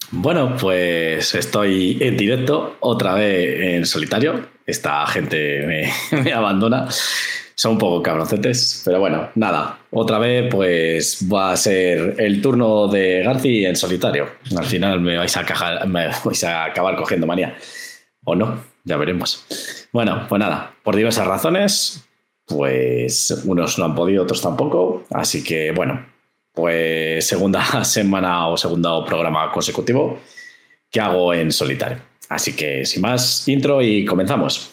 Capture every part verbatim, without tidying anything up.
Bueno, pues estoy en directo otra vez en solitario. Esta gente me, me abandona. Son un poco cabroncetes, pero bueno, nada. Otra vez pues va a ser el turno de Garci en solitario. Al final me vais a, cajar, me vais a acabar cogiendo manía. O no, ya veremos. Bueno, pues nada, por diversas razones, pues unos no han podido, otros tampoco. Así que bueno, pues segunda semana o segundo programa consecutivo que hago en solitario. Así que sin más, intro y comenzamos.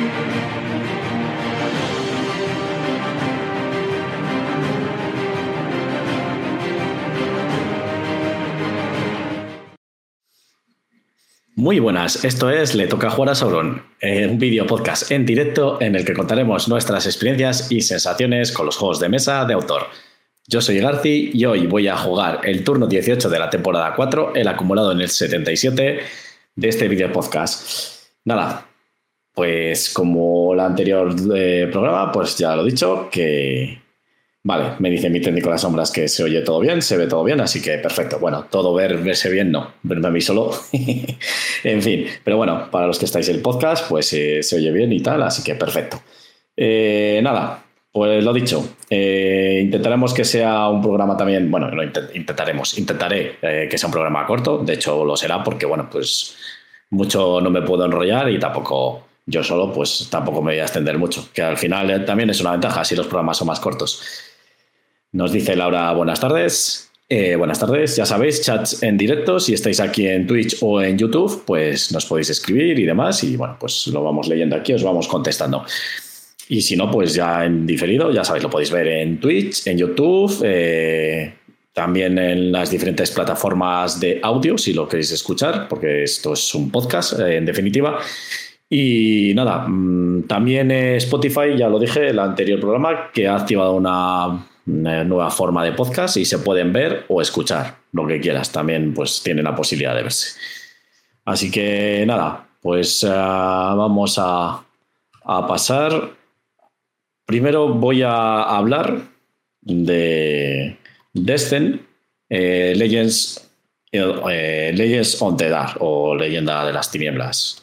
Muy buenas, esto es Le Toca Jugar a Sauron, un vídeo podcast en directo en el que contaremos nuestras experiencias y sensaciones con los juegos de mesa de autor. Yo soy Garci y hoy voy a jugar el turno dieciocho de la temporada cuatro, el acumulado en el setenta y siete de este vídeo podcast. Nada, pues como el anterior eh, programa, pues ya lo he dicho, que... Vale, me dice mi técnico de las sombras que se oye todo bien, se ve todo bien, así que perfecto. Bueno, todo ver, verse bien, no, verme a mí solo. En fin, pero bueno, para los que estáis en el podcast, pues eh, se oye bien y tal, así que perfecto. Eh, nada, pues lo dicho, eh, intentaremos que sea un programa también, bueno, no intent- intentaremos, intentaré eh, que sea un programa corto, de hecho lo será porque, bueno, pues mucho no me puedo enrollar y tampoco... Yo solo, pues tampoco me voy a extender mucho, que al final eh, también es una ventaja si los programas son más cortos. Nos dice Laura, buenas tardes. Eh, buenas tardes, ya sabéis, chats en directo. Si estáis aquí en Twitch o en YouTube, pues nos podéis escribir y demás. Y bueno, pues lo vamos leyendo aquí, os vamos contestando. Y si no, pues ya en diferido, ya sabéis, lo podéis ver en Twitch, en YouTube, eh, también en las diferentes plataformas de audio, si lo queréis escuchar, porque esto es un podcast, eh, en definitiva. Y nada, también Spotify, ya lo dije en el anterior programa, que ha activado una, una nueva forma de podcast y se pueden ver o escuchar, lo que quieras. También pues tienen la posibilidad de verse. Así que nada, pues uh, vamos a, a pasar. Primero voy a hablar de Descent, eh, Legends, eh, Legends on the Dark o Leyenda de las Tinieblas.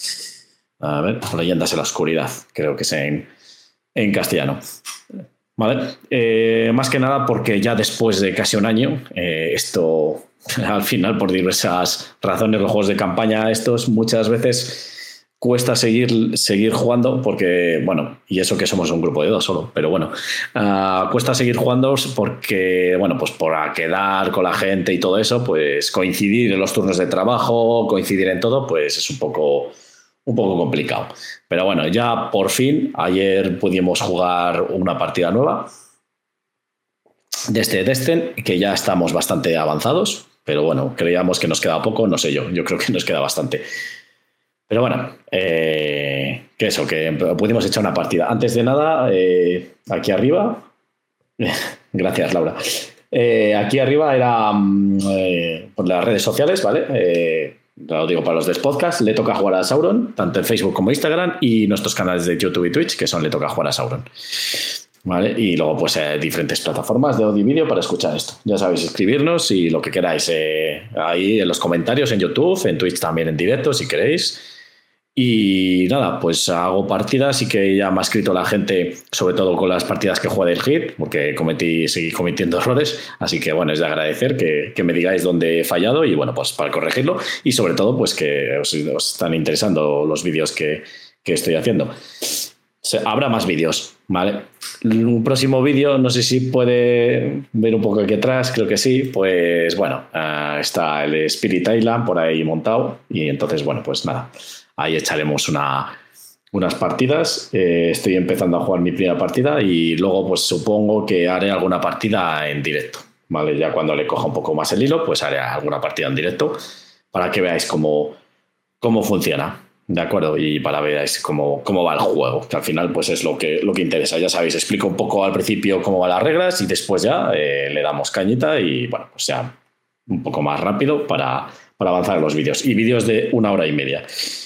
A ver, Leyendas en la Oscuridad, creo que es en, en castellano. Vale, eh, más que nada porque ya después de casi un año, eh, esto al final por diversas razones, los juegos de campaña estos muchas veces cuesta seguir, seguir jugando porque, bueno, y eso que somos un grupo de dos solo, pero bueno, uh, cuesta seguir jugando porque, bueno, pues por quedar con la gente y todo eso, pues coincidir en los turnos de trabajo, coincidir en todo, pues es un poco... un poco complicado. Pero bueno, ya por fin, ayer pudimos jugar una partida nueva de este Descent, que ya estamos bastante avanzados, pero bueno, creíamos que nos quedaba poco, no sé yo, yo creo que nos queda bastante. Pero bueno, eh, que eso, que pudimos echar una partida. Antes de nada, eh, aquí arriba, gracias Laura, eh, aquí arriba era eh, por las redes sociales, ¿vale? Eh, lo digo para los del podcast, Le Toca Jugar a Sauron, tanto en Facebook como Instagram, y nuestros canales de YouTube y Twitch, que son Le Toca Jugar a Sauron. ¿Vale? Y luego, pues, eh, diferentes plataformas de audio y vídeo para escuchar esto. Ya sabéis, escribirnos y lo que queráis eh, ahí en los comentarios en YouTube, en Twitch también en directo, si queréis. Y nada, pues hago partidas y que ya me ha escrito la gente, sobre todo con las partidas que juega del Hit, porque cometí, seguí cometiendo errores, así que bueno, es de agradecer que, que me digáis dónde he fallado y bueno, pues para corregirlo y sobre todo pues que os, os están interesando los vídeos que, que estoy haciendo. O sea, habrá más vídeos, ¿vale? Un próximo vídeo, no sé si puede ver un poco aquí atrás, creo que sí, pues bueno, uh, está el Spirit Island por ahí montado y entonces bueno, pues nada, ahí echaremos una, unas partidas. Eh, estoy empezando a jugar mi primera partida y luego pues supongo que haré alguna partida en directo, ¿vale? Ya cuando le coja un poco más el hilo, pues haré alguna partida en directo para que veáis cómo, cómo funciona, ¿de acuerdo? Y para veáis cómo, cómo va el juego, que al final pues es lo que, lo que interesa. Ya sabéis, explico un poco al principio cómo van las reglas y después ya eh, le damos cañita y bueno, pues ya un poco más rápido para, para avanzar en los vídeos. Y vídeos de una hora y media.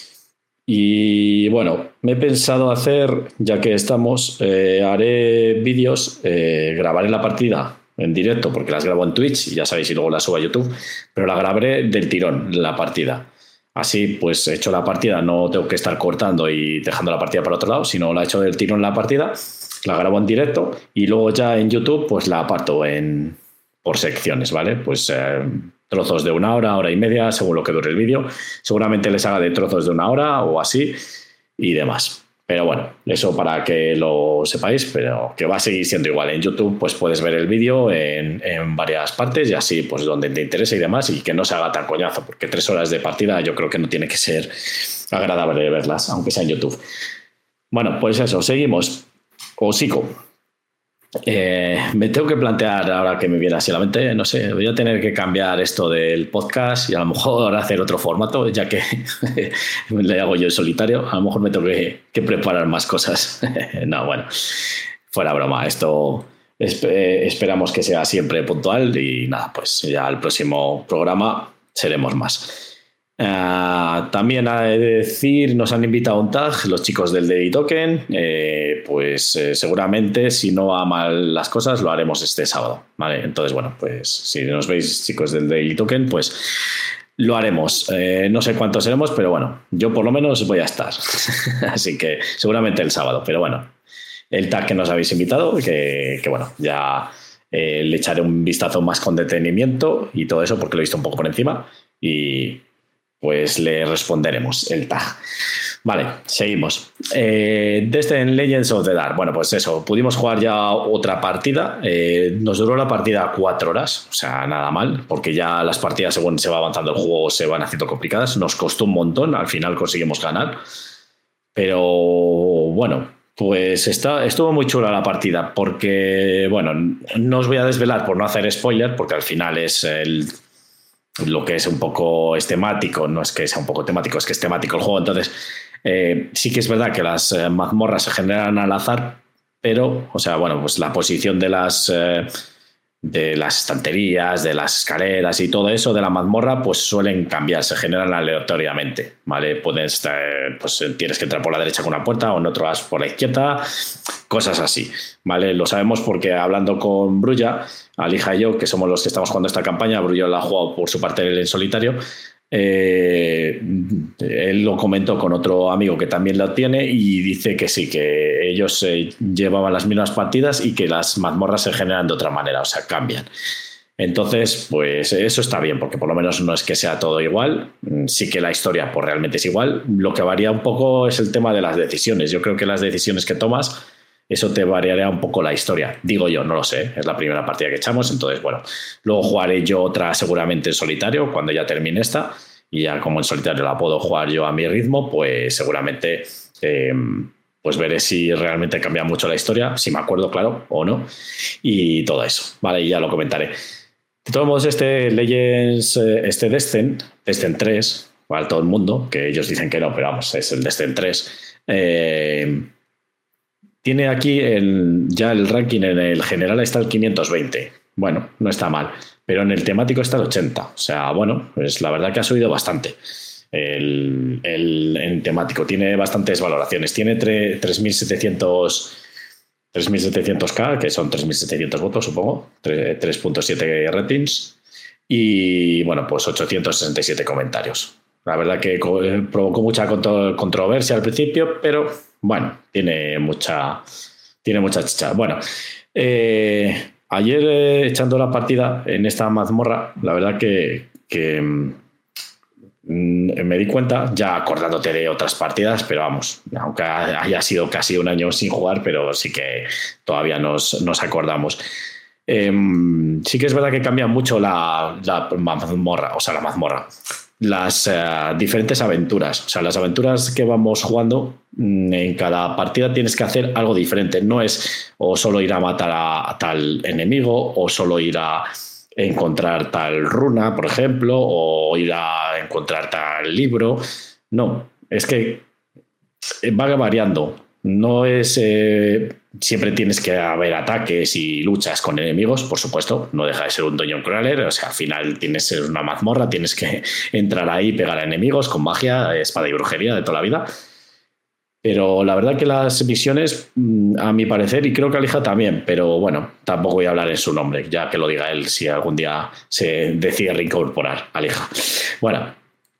Y bueno, me he pensado hacer, ya que estamos, eh, haré vídeos, eh, grabaré la partida en directo porque las grabo en Twitch y ya sabéis, y luego las subo a YouTube, pero la grabaré del tirón, la partida. Así, pues he hecho la partida, no tengo que estar cortando y dejando la partida para otro lado, sino la he hecho del tirón la partida, la grabo en directo y luego ya en YouTube pues la aparto en, por secciones, ¿vale? Pues eh, trozos de una hora, hora y media, según lo que dure el vídeo. Seguramente les haga de trozos de una hora o así y demás. Pero bueno, eso para que lo sepáis, pero que va a seguir siendo igual. En YouTube pues puedes ver el vídeo en, en varias partes y así pues donde te interese y demás, y que no se haga tan coñazo, porque tres horas de partida yo creo que no tiene que ser agradable verlas, aunque sea en YouTube. Bueno, pues eso, seguimos. O sigo. Eh, me tengo que plantear, ahora que me viene así a la mente, no sé, voy a tener que cambiar esto del podcast y a lo mejor hacer otro formato, ya que le hago yo en solitario. A lo mejor me tengo que, que preparar más cosas. No, bueno, fuera broma, esto esp- esperamos que sea siempre puntual y nada, pues ya el próximo programa seremos más. Uh, también a decir, nos han invitado a un tag los chicos del Daily Token, eh, pues eh, seguramente si no va mal las cosas lo haremos este sábado, ¿vale? Entonces bueno, pues si nos veis chicos del Daily Token, pues lo haremos, eh, no sé cuántos seremos, pero bueno, yo por lo menos voy a estar así que seguramente el sábado, pero bueno, el tag que nos habéis invitado, que, que bueno, ya eh, le echaré un vistazo más con detenimiento y todo eso porque lo he visto un poco por encima y pues le responderemos el tag. Vale, seguimos. Eh, desde en Legends of the Dark, bueno, pues eso, pudimos jugar ya otra partida. Eh, nos duró la partida cuatro horas, o sea, nada mal, porque ya las partidas, según se va avanzando el juego, se van haciendo complicadas. Nos costó un montón, al final conseguimos ganar. Pero bueno, pues está, estuvo muy chula la partida, porque, bueno, no os voy a desvelar por no hacer spoiler, porque al final es el... lo que es un poco es temático, no es que sea un poco temático, es que es temático el juego. Entonces eh, sí que es verdad que las eh, mazmorras se generan al azar, pero, o sea, bueno, pues la posición de las eh, de las estanterías, de las escaleras y todo eso de la mazmorra, pues suelen cambiar, se generan aleatoriamente, ¿vale? Puedes, eh, pues tienes que entrar por la derecha con una puerta o en otro vas por la izquierda, cosas así, ¿vale? Lo sabemos porque hablando con Brulla, Alija y yo, que somos los que estamos jugando esta campaña, Brulla la ha jugado por su parte en solitario, eh, él lo comentó con otro amigo que también lo tiene y dice que sí, que ellos eh, llevaban las mismas partidas y que las mazmorras se generan de otra manera, o sea, cambian. Entonces, pues eso está bien, porque por lo menos no es que sea todo igual, sí que la historia pues realmente es igual. Lo que varía un poco es el tema de las decisiones. Yo creo que las decisiones que tomas, eso te variará un poco la historia. Digo yo, no lo sé, es la primera partida que echamos, entonces bueno, luego jugaré yo otra seguramente en solitario cuando ya termine esta, y ya como en solitario la puedo jugar yo a mi ritmo, pues seguramente eh, pues veré si realmente cambia mucho la historia, si me acuerdo, claro, o no, y todo eso, vale, y ya lo comentaré. De todos modos, este Legends, este Descent, Descent tres, para todo el mundo, que ellos dicen que no, pero vamos, es el Descent tres, eh, tiene aquí el, ya el ranking en el general está el quinientos veinte. Bueno, no está mal, pero en el temático está el ochenta. O sea, bueno, pues la verdad que ha subido bastante. El, el, en temático tiene bastantes valoraciones. Tiene tres mil setecientos K, que son tres mil setecientos votos, supongo. tres punto siete ratings. Y bueno, pues ochocientos sesenta y siete comentarios. La verdad que provocó mucha controversia al principio, pero bueno, tiene mucha, tiene mucha chicha. Bueno, eh, ayer eh, echando la partida en esta mazmorra, la verdad que, que mm, me di cuenta, ya acordándote de otras partidas, pero vamos, aunque haya sido casi un año sin jugar, pero sí que todavía nos, nos acordamos. Eh, sí que es verdad que cambia mucho la, la mazmorra, o sea, la mazmorra. Las uh, diferentes aventuras, o sea, las aventuras que vamos jugando, en cada partida tienes que hacer algo diferente. No es o solo ir a matar a, a tal enemigo, o solo ir a encontrar tal runa, por ejemplo, o ir a encontrar tal libro. No, es que va variando. No es eh, siempre tienes que haber ataques y luchas con enemigos, por supuesto, no deja de ser un dungeon crawler, o sea, al final tienes una mazmorra, tienes que entrar ahí, pegar a enemigos con magia, espada y brujería de toda la vida. Pero la verdad que las misiones, a mi parecer, y creo que Alija también, pero bueno, tampoco voy a hablar en su nombre, ya que lo diga él si algún día se decide reincorporar Alija. Bueno,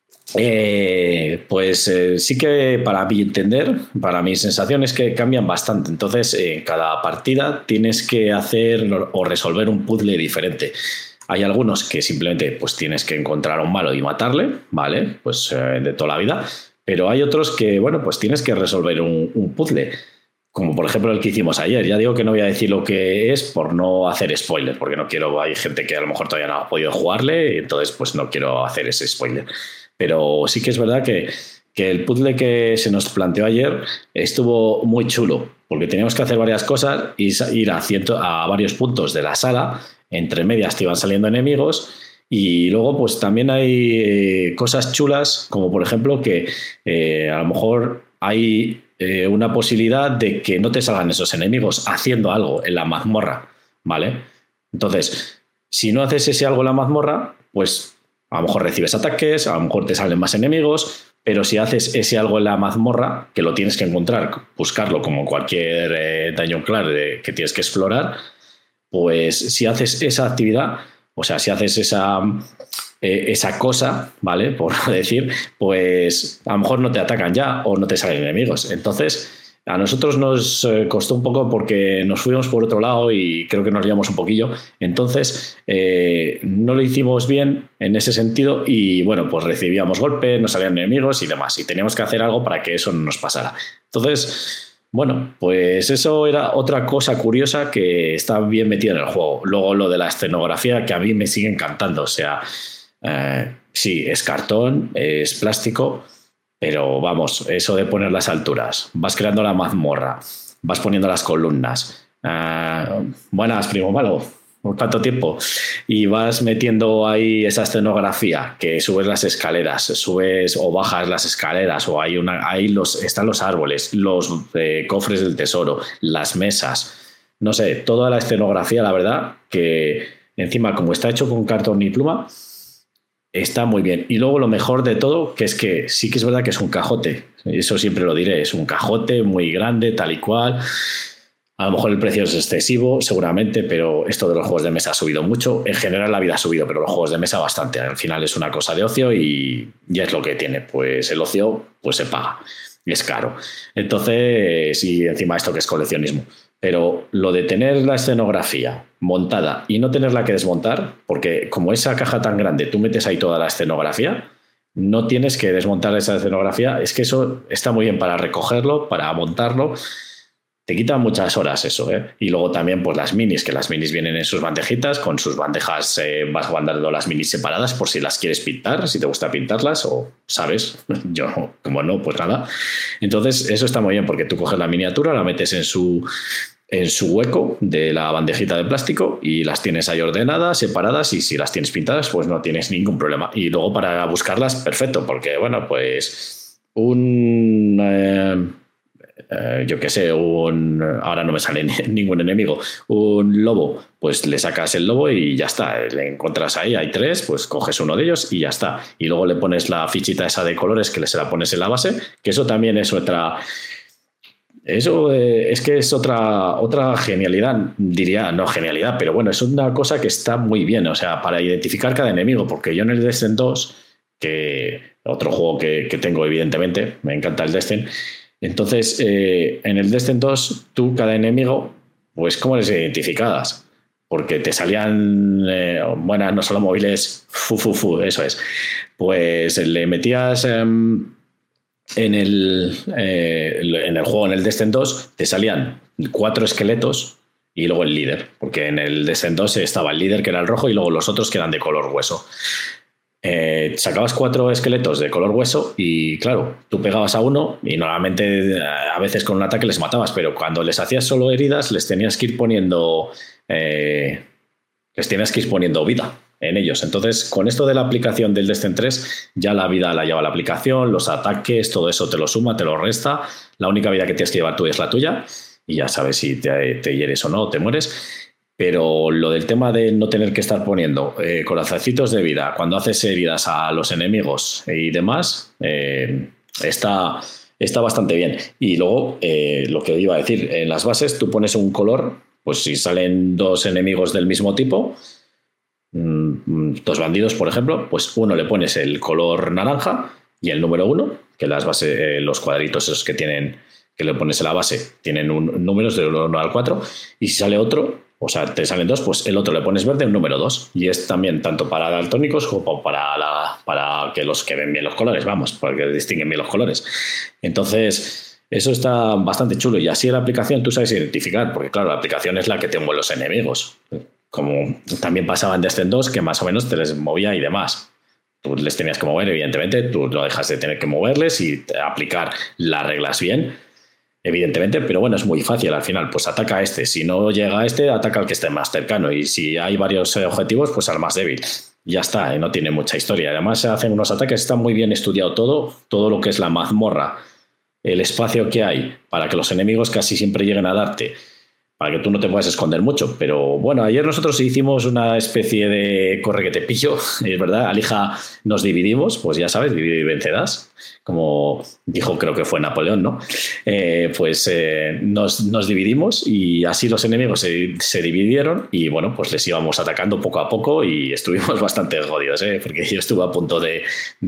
eh, pues eh, sí que para mi entender, para mi sensación es que cambian bastante. Entonces, en cada partida tienes que hacer o resolver un puzzle diferente. Hay algunos que simplemente pues tienes que encontrar a un malo y matarle, ¿vale? Pues eh, de toda la vida. Pero hay otros que, bueno, pues tienes que resolver un, un puzzle, como por ejemplo el que hicimos ayer. Ya digo que no voy a decir lo que es por no hacer spoiler, porque no quiero, hay gente que a lo mejor todavía no ha podido jugarle, y entonces pues no quiero hacer ese spoiler. Pero sí que es verdad que, que el puzzle que se nos planteó ayer estuvo muy chulo, porque teníamos que hacer varias cosas y ir a, ciento, a varios puntos de la sala, entre medias te iban saliendo enemigos. Y luego pues también hay eh, cosas chulas, como por ejemplo que eh, a lo mejor hay eh, una posibilidad de que no te salgan esos enemigos haciendo algo en la mazmorra, ¿vale? Entonces, si no haces ese algo en la mazmorra, pues a lo mejor recibes ataques, a lo mejor te salen más enemigos, pero si haces ese algo en la mazmorra, que lo tienes que encontrar, buscarlo como cualquier eh, dungeon crawl eh, que tienes que explorar, pues si haces esa actividad, o sea, si haces esa, eh, esa cosa, ¿vale? Por decir, pues a lo mejor no te atacan ya o no te salen enemigos. Entonces, a nosotros nos costó un poco porque nos fuimos por otro lado y creo que nos liamos un poquillo. Entonces, eh, no lo hicimos bien en ese sentido y, bueno, pues recibíamos golpes, nos salían enemigos y demás. Y teníamos que hacer algo para que eso no nos pasara. Entonces... Bueno, pues eso era otra cosa curiosa que está bien metida en el juego. Luego lo de la escenografía, que a mí me sigue encantando. O sea, eh, sí, es cartón, es plástico, pero vamos, eso de poner las alturas, vas creando la mazmorra, vas poniendo las columnas. Eh, buenas, primo malo. ¿Por cuánto tiempo? Y vas metiendo ahí esa escenografía, que subes las escaleras, subes o bajas las escaleras, o hay una, ahí los, están los árboles, los eh, cofres del tesoro, las mesas, no sé, toda la escenografía, la verdad, que encima como está hecho con cartón y pluma, está muy bien. Y luego lo mejor de todo, que es que sí que es verdad que es un cajote, eso siempre lo diré, es un cajote muy grande, tal y cual. A lo mejor el precio es excesivo, seguramente, pero esto de los juegos de mesa ha subido mucho. En general la vida ha subido, pero los juegos de mesa bastante. Al final es una cosa de ocio y ya es lo que tiene. Pues el ocio pues se paga y es caro. Entonces, y encima esto que es coleccionismo. Pero lo de tener la escenografía montada y no tenerla que desmontar, porque como esa caja tan grande, tú metes ahí toda la escenografía, no tienes que desmontar esa escenografía. Es que eso está muy bien para recogerlo, para montarlo. Te quita muchas horas eso, ¿eh? Y luego también pues las minis, que las minis vienen en sus bandejitas, con sus bandejas eh, vas guardando las minis separadas por si las quieres pintar, si te gusta pintarlas o, ¿sabes? Yo, como no, pues nada. Entonces eso está muy bien porque tú coges la miniatura, la metes en su, en su hueco de la bandejita de plástico y las tienes ahí ordenadas, separadas, y si las tienes pintadas pues no tienes ningún problema. Y luego para buscarlas, perfecto, porque bueno, pues un... Eh, Uh, yo qué sé, un, ahora no me sale ningún enemigo, un lobo, pues le sacas el lobo y ya está, le encuentras ahí, hay tres, pues coges uno de ellos y ya está, y luego le pones la fichita esa de colores que se la pones en la base, que eso también es otra, eso eh, es que es otra, otra genialidad, diría, no genialidad, pero bueno, es una cosa que está muy bien, o sea, para identificar cada enemigo, porque yo en el Destin dos, que otro juego que, que tengo evidentemente, me encanta el Destin. Entonces, eh, en el Destin dos, tú, cada enemigo, pues ¿cómo les identificabas? Porque te salían, eh, buenas, no solo móviles, fu, fu, fu, eso es. Pues le metías eh, en, el, eh, en el juego, en el Destin dos, te salían cuatro esqueletos y luego el líder, porque en el Destin dos estaba el líder, que era el rojo, y luego los otros que eran de color hueso. Eh, sacabas cuatro esqueletos de color hueso y claro, tú pegabas a uno y normalmente a veces con un ataque les matabas, pero cuando les hacías solo heridas les tenías que ir poniendo eh, les tenías que ir poniendo vida en ellos. Entonces, con esto de la aplicación del Destin tres, ya la vida la lleva la aplicación, los ataques, todo eso te lo suma, te lo resta. La única vida que tienes que llevar tú es la tuya y ya sabes si te, te hieres o no, te mueres. Pero lo del tema de no tener que estar poniendo eh, corazoncitos de vida cuando haces heridas a los enemigos y demás, eh, está, está bastante bien. Y luego, eh, lo que iba a decir, en las bases tú pones un color, pues si salen dos enemigos del mismo tipo, dos bandidos, por ejemplo, pues uno le pones el color naranja y el número uno, que las bases, eh, los cuadritos esos que tienen, que le pones en la base, tienen un, números de uno al cuatro, y si sale otro, o sea, te salen dos, pues el otro le pones verde, un número dos, y es también tanto para daltónicos como para, la, para que los que ven bien los colores, vamos, para que distinguen bien los colores. Entonces, eso está bastante chulo, y así en la aplicación tú sabes identificar, porque claro, la aplicación es la que te mueve los enemigos, como también pasaba en Descent dos, que más o menos te les movía y demás. Tú les tenías que mover, evidentemente, tú no dejas de tener que moverles y aplicar las reglas bien, evidentemente, pero bueno, es muy fácil al final, pues ataca a este, si no llega a este, ataca al que esté más cercano, y si hay varios objetivos, pues al más débil. Ya está, no tiene mucha historia. Además se hacen unos ataques, está muy bien estudiado todo, todo lo que es la mazmorra, el espacio que hay para que los enemigos casi siempre lleguen a darte, para que tú no te puedas esconder mucho. Pero bueno, ayer nosotros hicimos una especie de corre que te pillo, es verdad, Alija, nos dividimos, pues ya sabes, divide y vencerás, como dijo, creo que fue Napoleón, ¿no? Eh, pues eh, nos, nos dividimos y así los enemigos se, se dividieron y bueno, pues les íbamos atacando poco a poco y estuvimos bastante jodidos, ¿eh? Porque yo estuve a punto de,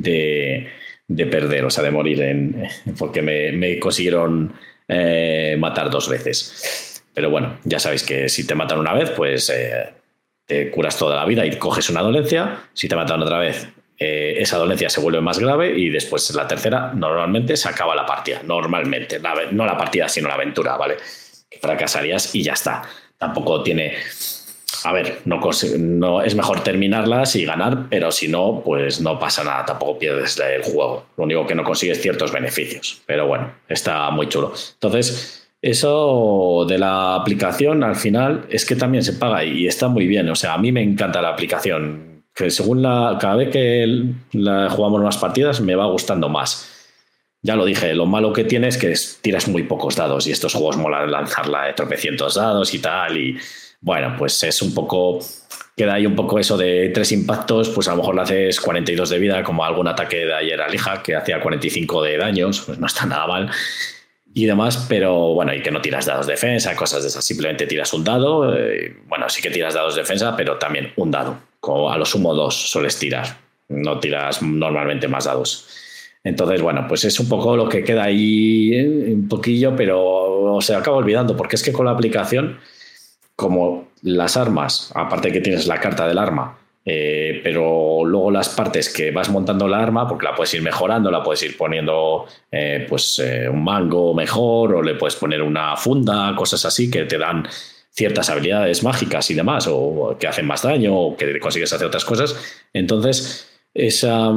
de, de perder, o sea, de morir, en, porque me, me consiguieron eh, matar dos veces. Pero bueno, ya sabéis que si te matan una vez, pues eh, te curas toda la vida y coges una dolencia. Si te matan otra vez, eh, esa dolencia se vuelve más grave y después la tercera normalmente se acaba la partida. Normalmente, la, no la partida, sino la aventura, ¿vale? Que fracasarías y ya está. Tampoco tiene... A ver, no, no es mejor terminarlas y ganar, pero si no, pues no pasa nada, tampoco pierdes el juego. Lo único que no consigues ciertos beneficios. Pero bueno, está muy chulo. Entonces... Eso de la aplicación al final es que también se paga y está muy bien. O sea, a mí me encanta la aplicación, que según la, cada vez que la jugamos más partidas me va gustando más. Ya lo dije, lo malo que tiene es que tiras muy pocos dados y estos juegos molan lanzarla de tropecientos dados y tal, y bueno, pues es un poco... Queda ahí un poco eso de tres impactos, pues a lo mejor le haces cuarenta y dos de vida, como algún ataque de ayer a Lija, que hacía cuarenta y cinco de daños, pues no está nada mal. Y demás, pero bueno, y que no tiras dados de defensa, cosas de esas, simplemente tiras un dado, eh, bueno, sí que tiras dados de defensa, pero también un dado, como a lo sumo dos sueles tirar, no tiras normalmente más dados. Entonces, bueno, pues es un poco lo que queda ahí, eh, un poquillo, pero se acaba olvidando, porque es que con la aplicación, como las armas, aparte que tienes la carta del arma, Eh, pero luego las partes que vas montando la arma, porque la puedes ir mejorando, la puedes ir poniendo eh, pues eh, un mango mejor, o le puedes poner una funda, cosas así que te dan ciertas habilidades mágicas y demás, o que hacen más daño, o que consigues hacer otras cosas. Entonces esa,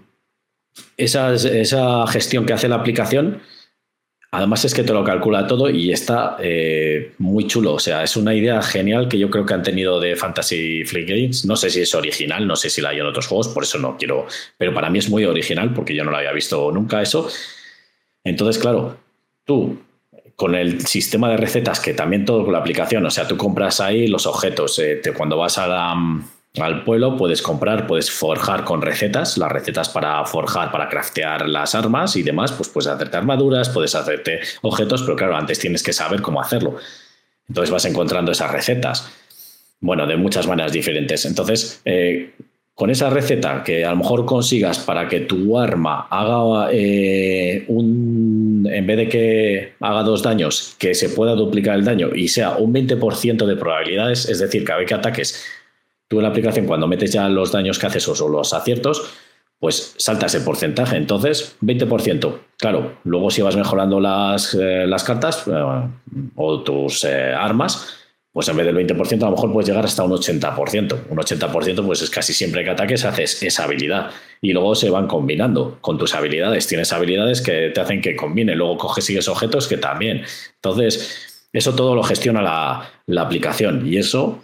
esa, esa gestión que hace la aplicación, además es que te lo calcula todo y está eh, muy chulo. O sea, es una idea genial que yo creo que han tenido de Fantasy Flight Games. No sé si es original, no sé si la hay en otros juegos, por eso no quiero... Pero para mí es muy original porque yo no lo había visto nunca eso. Entonces, claro, tú con el sistema de recetas, que también todo con la aplicación, o sea, tú compras ahí los objetos. Eh, te, cuando vas a la... al pueblo puedes comprar, puedes forjar con recetas, las recetas para forjar, para craftear las armas y demás, pues puedes hacerte armaduras, puedes hacerte objetos, pero claro, antes tienes que saber cómo hacerlo. Entonces vas encontrando esas recetas, bueno, de muchas maneras diferentes. Entonces, eh, con esa receta que a lo mejor consigas para que tu arma haga eh, un, en vez de que haga dos daños, que se pueda duplicar el daño y sea un veinte por ciento de probabilidades, es decir, cada vez que ataques, tú en la aplicación, cuando metes ya los daños que haces o los aciertos, pues salta ese porcentaje. Entonces, veinte por ciento. Claro, luego si vas mejorando las, eh, las cartas eh, o tus eh, armas, pues en vez del veinte por ciento a lo mejor puedes llegar hasta un ochenta por ciento. Un ochenta por ciento pues es casi siempre que ataques haces esa habilidad. Y luego se van combinando con tus habilidades. Tienes habilidades que te hacen que combine. Luego coges y sigues objetos que también. Entonces, eso todo lo gestiona la, la aplicación. Y eso...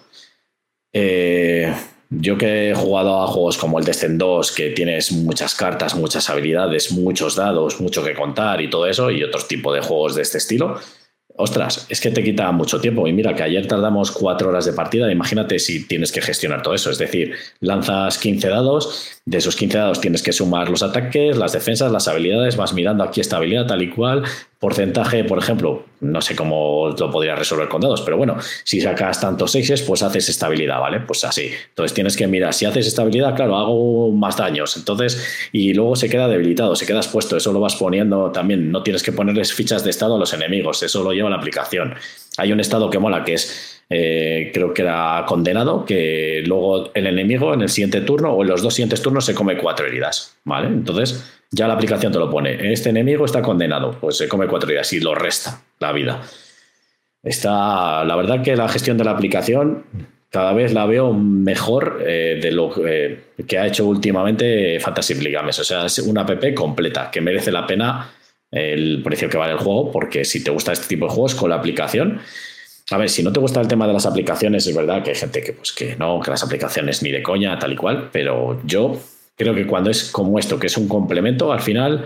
Eh, yo que he jugado a juegos como el Descent dos, que tienes muchas cartas, muchas habilidades, muchos dados, mucho que contar y todo eso, y otros tipos de juegos de este estilo, ostras, es que te quita mucho tiempo. Y mira que ayer tardamos cuatro horas de partida, imagínate si tienes que gestionar todo eso, es decir, lanzas quince dados De esos quince dados tienes que sumar los ataques, las defensas, las habilidades, vas mirando aquí esta habilidad tal y cual, porcentaje, por ejemplo, no sé cómo lo podrías resolver con dados, pero bueno, si sacas tantos seises, pues haces esta habilidad, ¿vale? Pues así. Entonces tienes que mirar, si haces esta habilidad, claro, hago más daños, entonces, y luego se queda debilitado, se queda expuesto, eso lo vas poniendo también, no tienes que ponerles fichas de estado a los enemigos, eso lo lleva la aplicación. Hay un estado que mola, que es Eh, creo que era condenado, que luego el enemigo en el siguiente turno o en los dos siguientes turnos se come cuatro heridas, ¿vale? Entonces ya la aplicación te lo pone, este enemigo está condenado, pues se come cuatro heridas y lo resta la vida. Está, la verdad que la gestión de la aplicación cada vez la veo mejor eh, de lo eh, que ha hecho últimamente Fantasy Flight Games, o sea, es una app completa que merece la pena el precio que vale el juego, porque si te gusta este tipo de juegos con la aplicación. A ver, si no te gusta el tema de las aplicaciones, es verdad que hay gente que, pues, que no, que las aplicaciones ni de coña, tal y cual, pero yo creo que cuando es como esto, que es un complemento, al final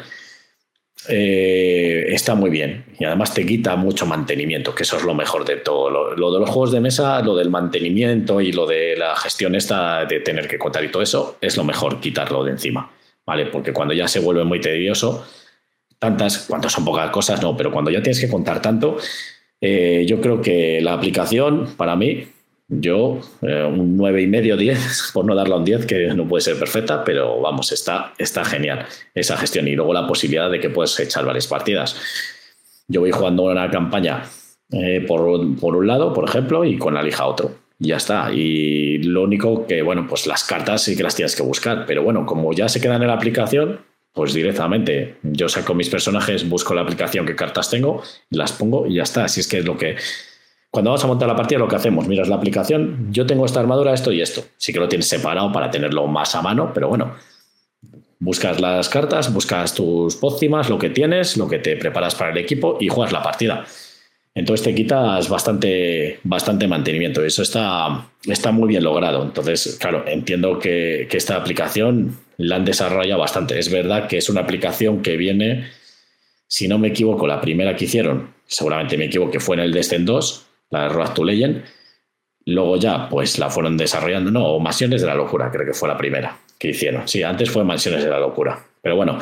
eh, está muy bien. Y además te quita mucho mantenimiento, que eso es lo mejor de todo. Lo, lo de los juegos de mesa, lo del mantenimiento y lo de la gestión esta de tener que contar y todo eso, es lo mejor quitarlo de encima, ¿vale? Porque cuando ya se vuelve muy tedioso, tantas, cuando son pocas cosas, no, pero cuando ya tienes que contar tanto... Eh, yo creo que la aplicación, para mí, yo eh, un nueve y medio, diez, por no darle un diez, que no puede ser perfecta, pero vamos, está, está genial esa gestión y luego la posibilidad de que puedes echar varias partidas. Yo voy jugando una campaña eh, por, por un lado, por ejemplo, y con la lija otro. Y ya está. Y lo único que, bueno, pues las cartas sí que las tienes que buscar, pero bueno, como ya se quedan en la aplicación, pues directamente yo saco mis personajes, busco la aplicación, qué cartas tengo, las pongo y ya está. Así es que es lo que... Cuando vamos a montar la partida, lo que hacemos, miras la aplicación, yo tengo esta armadura, esto y esto. Sí que lo tienes separado para tenerlo más a mano, pero bueno, buscas las cartas, buscas tus pócimas, lo que tienes, lo que te preparas para el equipo y juegas la partida. Entonces te quitas bastante, bastante mantenimiento y eso está, está muy bien logrado. Entonces, claro, entiendo que, que esta aplicación la han desarrollado bastante. Es verdad que es una aplicación que viene, si no me equivoco, la primera que hicieron, seguramente me equivoco, que fue en el Descent dos, la de Road to Legend. Luego ya, pues la fueron desarrollando, no, o Mansiones de la Locura, creo que fue la primera que hicieron. Sí, antes fue Mansiones de la Locura. Pero bueno,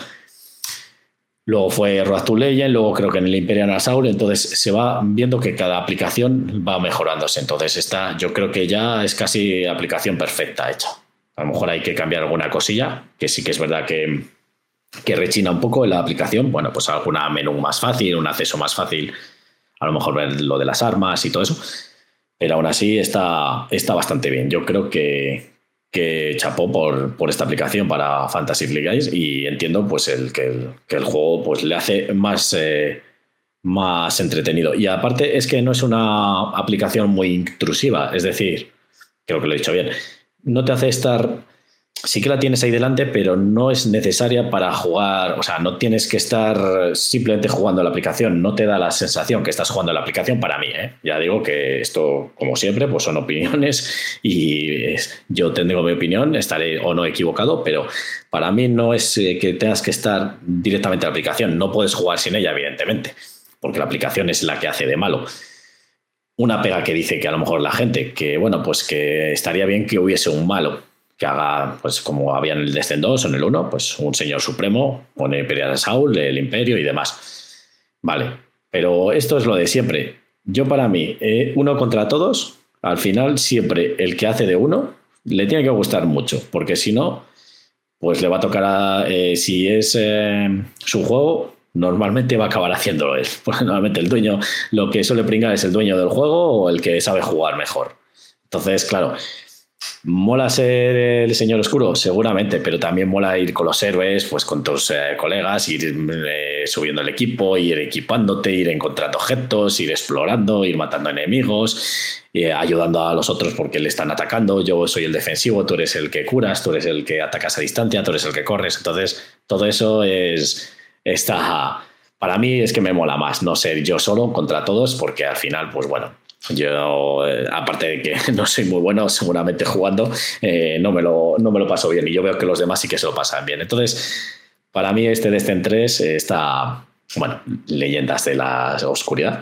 luego fue Road to Legend, luego creo que en el Imperial Assault, entonces se va viendo que cada aplicación va mejorándose. Entonces esta yo creo que ya es casi aplicación perfecta hecha. A lo mejor hay que cambiar alguna cosilla, que sí que es verdad que, que rechina un poco en la aplicación. Bueno, pues alguna menú más fácil, un acceso más fácil, a lo mejor ver lo de las armas y todo eso. Pero aún así está, está bastante bien. Yo creo que, que chapó por, por esta aplicación para Fantasy Flight Games y entiendo pues el, que, el, que el juego pues, le hace más, eh, más entretenido. Y aparte es que no es una aplicación muy intrusiva, es decir, creo que lo he dicho bien, no te hace estar... Sí que la tienes ahí delante, pero no es necesaria para jugar, o sea, no tienes que estar simplemente jugando la aplicación, no te da la sensación que estás jugando la aplicación para mí, ¿eh? Ya digo que esto, como siempre, pues son opiniones y es, yo tengo mi opinión, estaré o no equivocado, pero para mí no es eh, que tengas que estar directamente en la aplicación, no puedes jugar sin ella, evidentemente, porque la aplicación es la que hace de malo. Una pega que dice que a lo mejor la gente, que bueno, pues que estaría bien que hubiese un malo, que haga, pues como había en el Descent dos o en el uno, pues un señor supremo, con el Imperial Assault, el Imperio y demás. Vale, pero esto es lo de siempre. Yo para mí, eh, uno contra todos, al final siempre el que hace de uno le tiene que gustar mucho, porque si no, pues le va a tocar a, eh, si es eh, su juego, normalmente va a acabar haciéndolo él. Pues normalmente el dueño, lo que suele pringar es el dueño del juego o el que sabe jugar mejor. Entonces, claro, ¿mola ser el señor oscuro? Seguramente, pero también mola ir con los héroes, pues con tus eh, colegas, ir eh, subiendo el equipo, ir equipándote, ir encontrando objetos, ir explorando, ir matando enemigos, eh, ayudando a los otros porque le están atacando. Yo soy el defensivo, tú eres el que curas, tú eres el que atacas a distancia, tú eres el que corres. Entonces, todo eso es está... Para mí es que me mola más no ser yo solo contra todos, porque al final, pues bueno, yo, eh, aparte de que no soy muy bueno seguramente jugando, eh, no, me lo, no me lo paso bien y yo veo que los demás sí que se lo pasan bien. Entonces, para mí este Descent tres está, bueno, leyendas de la oscuridad,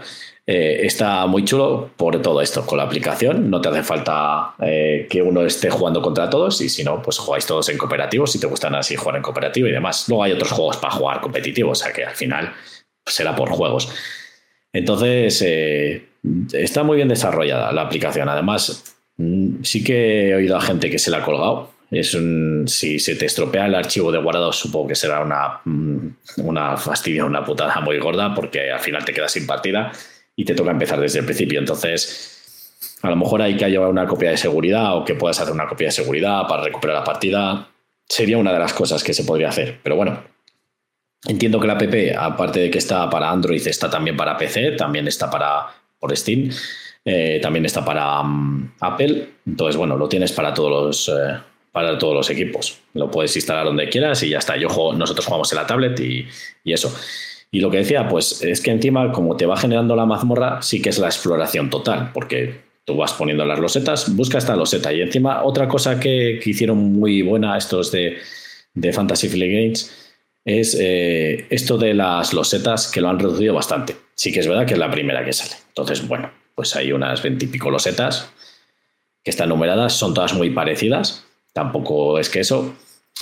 Eh, está muy chulo por todo esto, con la aplicación. No te hace falta eh, que uno esté jugando contra todos y si no, pues jugáis todos en cooperativo si te gustan así jugar en cooperativo y demás. Luego hay otros juegos para jugar competitivo, o sea que al final pues, será por juegos. Entonces, eh, está muy bien desarrollada la aplicación. Además, sí que he oído a gente que se la ha colgado. Es un, si se te estropea el archivo de guardado, supongo que será una, una fastidia, una putada muy gorda, porque al final te quedas sin partida y te toca empezar desde el principio. Entonces, a lo mejor hay que llevar una copia de seguridad o que puedas hacer una copia de seguridad para recuperar la partida. Sería una de las cosas que se podría hacer. Pero bueno, entiendo que la app, aparte de que está para Android, está también para P C, también está para por Steam, eh, también está para um, Apple. Entonces, bueno, lo tienes para todos los... Eh, para todos los equipos. Lo puedes instalar donde quieras y ya está. Yo juego, nosotros jugamos en la tablet y, y eso. Y lo que decía, pues es que encima, como te va generando la mazmorra, sí que es la exploración total, porque tú vas poniendo las losetas, busca esta loseta. Y encima, otra cosa que, que hicieron muy buena estos de, de Fantasy Flight Games es eh, esto de las losetas, que lo han reducido bastante. Sí que es verdad que es la primera que sale. Entonces, bueno, pues hay unas veintipico losetas que están numeradas, son todas muy parecidas. Tampoco es que eso.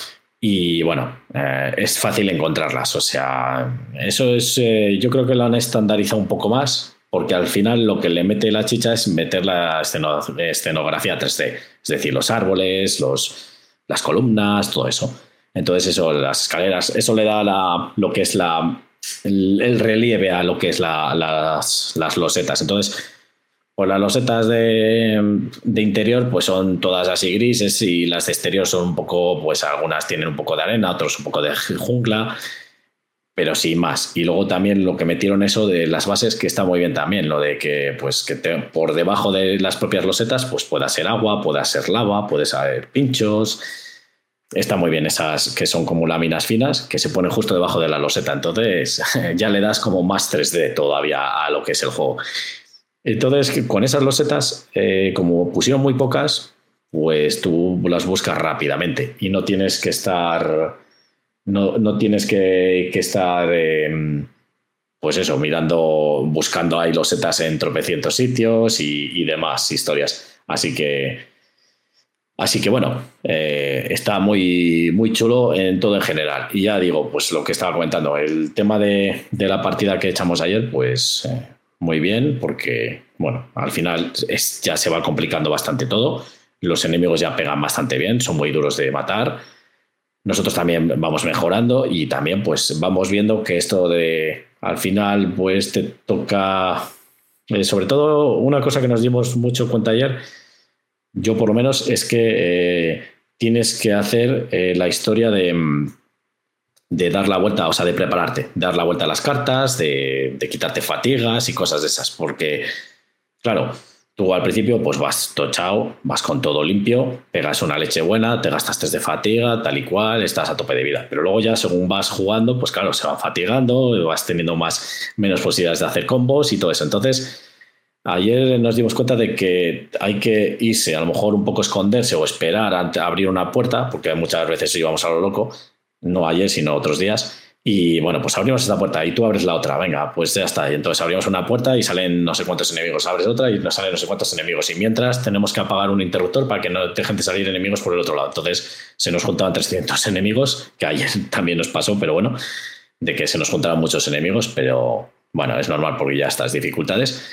Y bueno, eh, es fácil encontrarlas. O sea, eso es. Eh, yo creo que lo han estandarizado un poco más, porque al final lo que le mete la chicha es meter la esceno, escenografía tres D. Es decir, los árboles, los, las columnas, todo eso. Entonces, eso, las escaleras, eso le da la, lo que es la, el, el relieve a lo que es la, las, las losetas. Entonces. Pues las losetas de, de interior pues son todas así grises y las de exterior son un poco, pues algunas tienen un poco de arena, otros un poco de jungla, pero sin más. Y luego también lo que metieron eso de las bases, que está muy bien también, lo de que, pues, que te, por debajo de las propias losetas pues pueda ser agua, pueda ser lava, puede ser pinchos. Está muy bien esas que son como láminas finas que se ponen justo debajo de la loseta. Entonces ya le das como más tres D todavía a lo que es el juego. Entonces, con esas losetas, eh, como pusieron muy pocas, pues tú las buscas rápidamente y no tienes que estar, no, no tienes que, que estar, eh, pues eso, mirando, buscando ahí losetas en tropecientos sitios y, y demás historias. Así que, así que bueno, eh, está muy, muy chulo en todo en general. Y ya digo, pues lo que estaba comentando, el tema de, de la partida que echamos ayer, pues... Eh, muy bien, porque, bueno, al final es, ya se va complicando bastante todo. Los enemigos ya pegan bastante bien, son muy duros de matar. Nosotros también vamos mejorando y también, pues, vamos viendo que esto de, al final, pues, te toca... Eh, sobre todo, una cosa que nos dimos mucho cuenta ayer, yo por lo menos, es que eh, tienes que hacer eh, la historia de... de dar la vuelta, o sea, de prepararte, dar la vuelta a las cartas, de, de quitarte fatigas y cosas de esas, porque, claro, tú al principio pues vas tochao, vas con todo limpio, pegas una leche buena, te gastas test de fatiga, tal y cual, estás a tope de vida, pero luego ya según vas jugando, pues claro, se van fatigando, vas teniendo más, menos posibilidades de hacer combos y todo eso. Entonces, ayer nos dimos cuenta de que hay que irse, a lo mejor un poco esconderse o esperar a abrir una puerta, porque muchas veces íbamos a lo loco, no ayer, sino otros días. Y bueno, pues abrimos esta puerta y tú abres la otra. Venga, pues ya está. Y entonces abrimos una puerta y salen no sé cuántos enemigos. Abres otra y nos salen no sé cuántos enemigos. Y mientras tenemos que apagar un interruptor para que no dejen de salir enemigos por el otro lado. Entonces se nos juntaban trescientos enemigos, que ayer también nos pasó, pero bueno, de que se nos juntaban muchos enemigos. Pero bueno, es normal porque ya estas dificultades.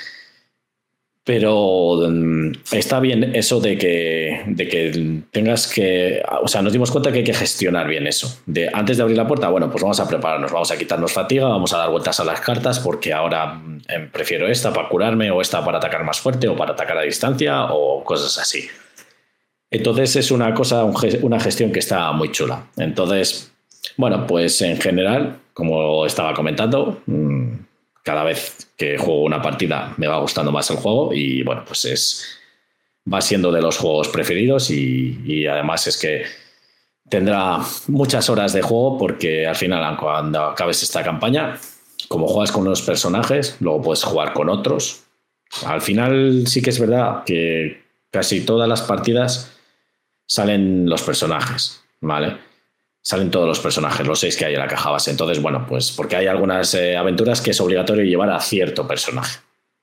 Pero um, está bien eso de que, de que tengas que... O sea, nos dimos cuenta que hay que gestionar bien eso. De, antes de abrir la puerta, bueno, pues vamos a prepararnos, vamos a quitarnos fatiga, vamos a dar vueltas a las cartas porque ahora eh, prefiero esta para curarme o esta para atacar más fuerte o para atacar a distancia o cosas así. Entonces es una cosa, un, una gestión que está muy chula. Entonces, bueno, pues en general, como estaba comentando... Mmm, cada vez que juego una partida me va gustando más el juego y bueno, pues es va siendo de los juegos preferidos y, y además es que tendrá muchas horas de juego porque al final cuando acabes esta campaña, como juegas con unos personajes, luego puedes jugar con otros. Al final sí que es verdad que casi todas las partidas salen los personajes, ¿vale? Salen todos los personajes, los seis que hay en la caja base. Entonces, bueno, pues porque hay algunas eh, aventuras que es obligatorio llevar a cierto personaje.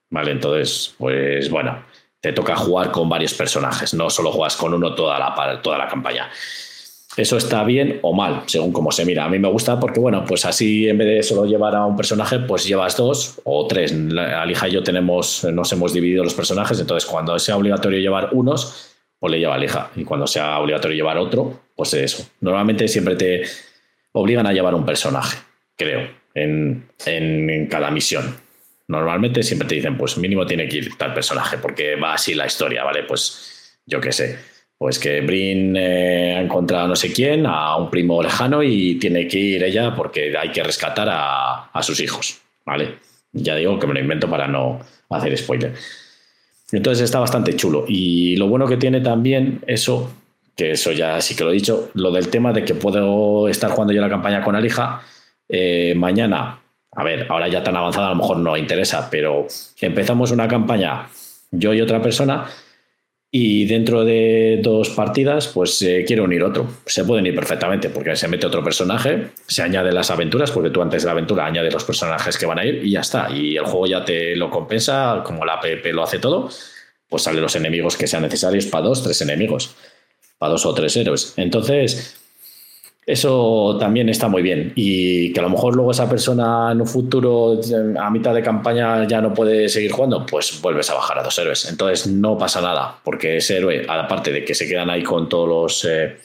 ¿vale? Entonces, pues bueno, te toca jugar con varios personajes, no solo juegas con uno toda la, toda la campaña. Eso está bien o mal, según cómo se mira. A mí me gusta porque, bueno, pues así en vez de solo llevar a un personaje, pues llevas dos o tres. Alija y yo tenemos, nos hemos dividido los personajes, entonces cuando sea obligatorio llevar unos, pues le lleva Alija. Y cuando sea obligatorio llevar otro, pues eso. Normalmente siempre te obligan a llevar un personaje, creo, en, en, en cada misión. Normalmente siempre te dicen, pues mínimo tiene que ir tal personaje, porque va así la historia, ¿vale? Pues yo qué sé. Pues que Brin eh, ha encontrado a no sé quién, a un primo lejano, y tiene que ir ella porque hay que rescatar a, a sus hijos, ¿vale? Ya digo que me lo invento para no hacer spoiler. Entonces está bastante chulo. Y lo bueno que tiene también eso, que eso ya sí que lo he dicho, lo del tema de que puedo estar jugando yo la campaña con Alija eh, mañana. A ver, ahora ya tan avanzada a lo mejor no interesa, pero empezamos una campaña yo y otra persona. Y dentro de dos partidas, pues eh, quiere unir otro. Se pueden ir perfectamente porque se mete otro personaje, se añade las aventuras, porque tú antes de la aventura añades los personajes que van a ir y ya está. Y el juego ya te lo compensa, como la app lo hace todo, pues salen los enemigos que sean necesarios para dos, tres enemigos, para dos o tres héroes. Entonces, eso también está muy bien. Y que a lo mejor luego esa persona en un futuro, a mitad de campaña, ya no puede seguir jugando, pues vuelves a bajar a dos héroes. Entonces no pasa nada, porque ese héroe, aparte de que se quedan ahí con todos los eh,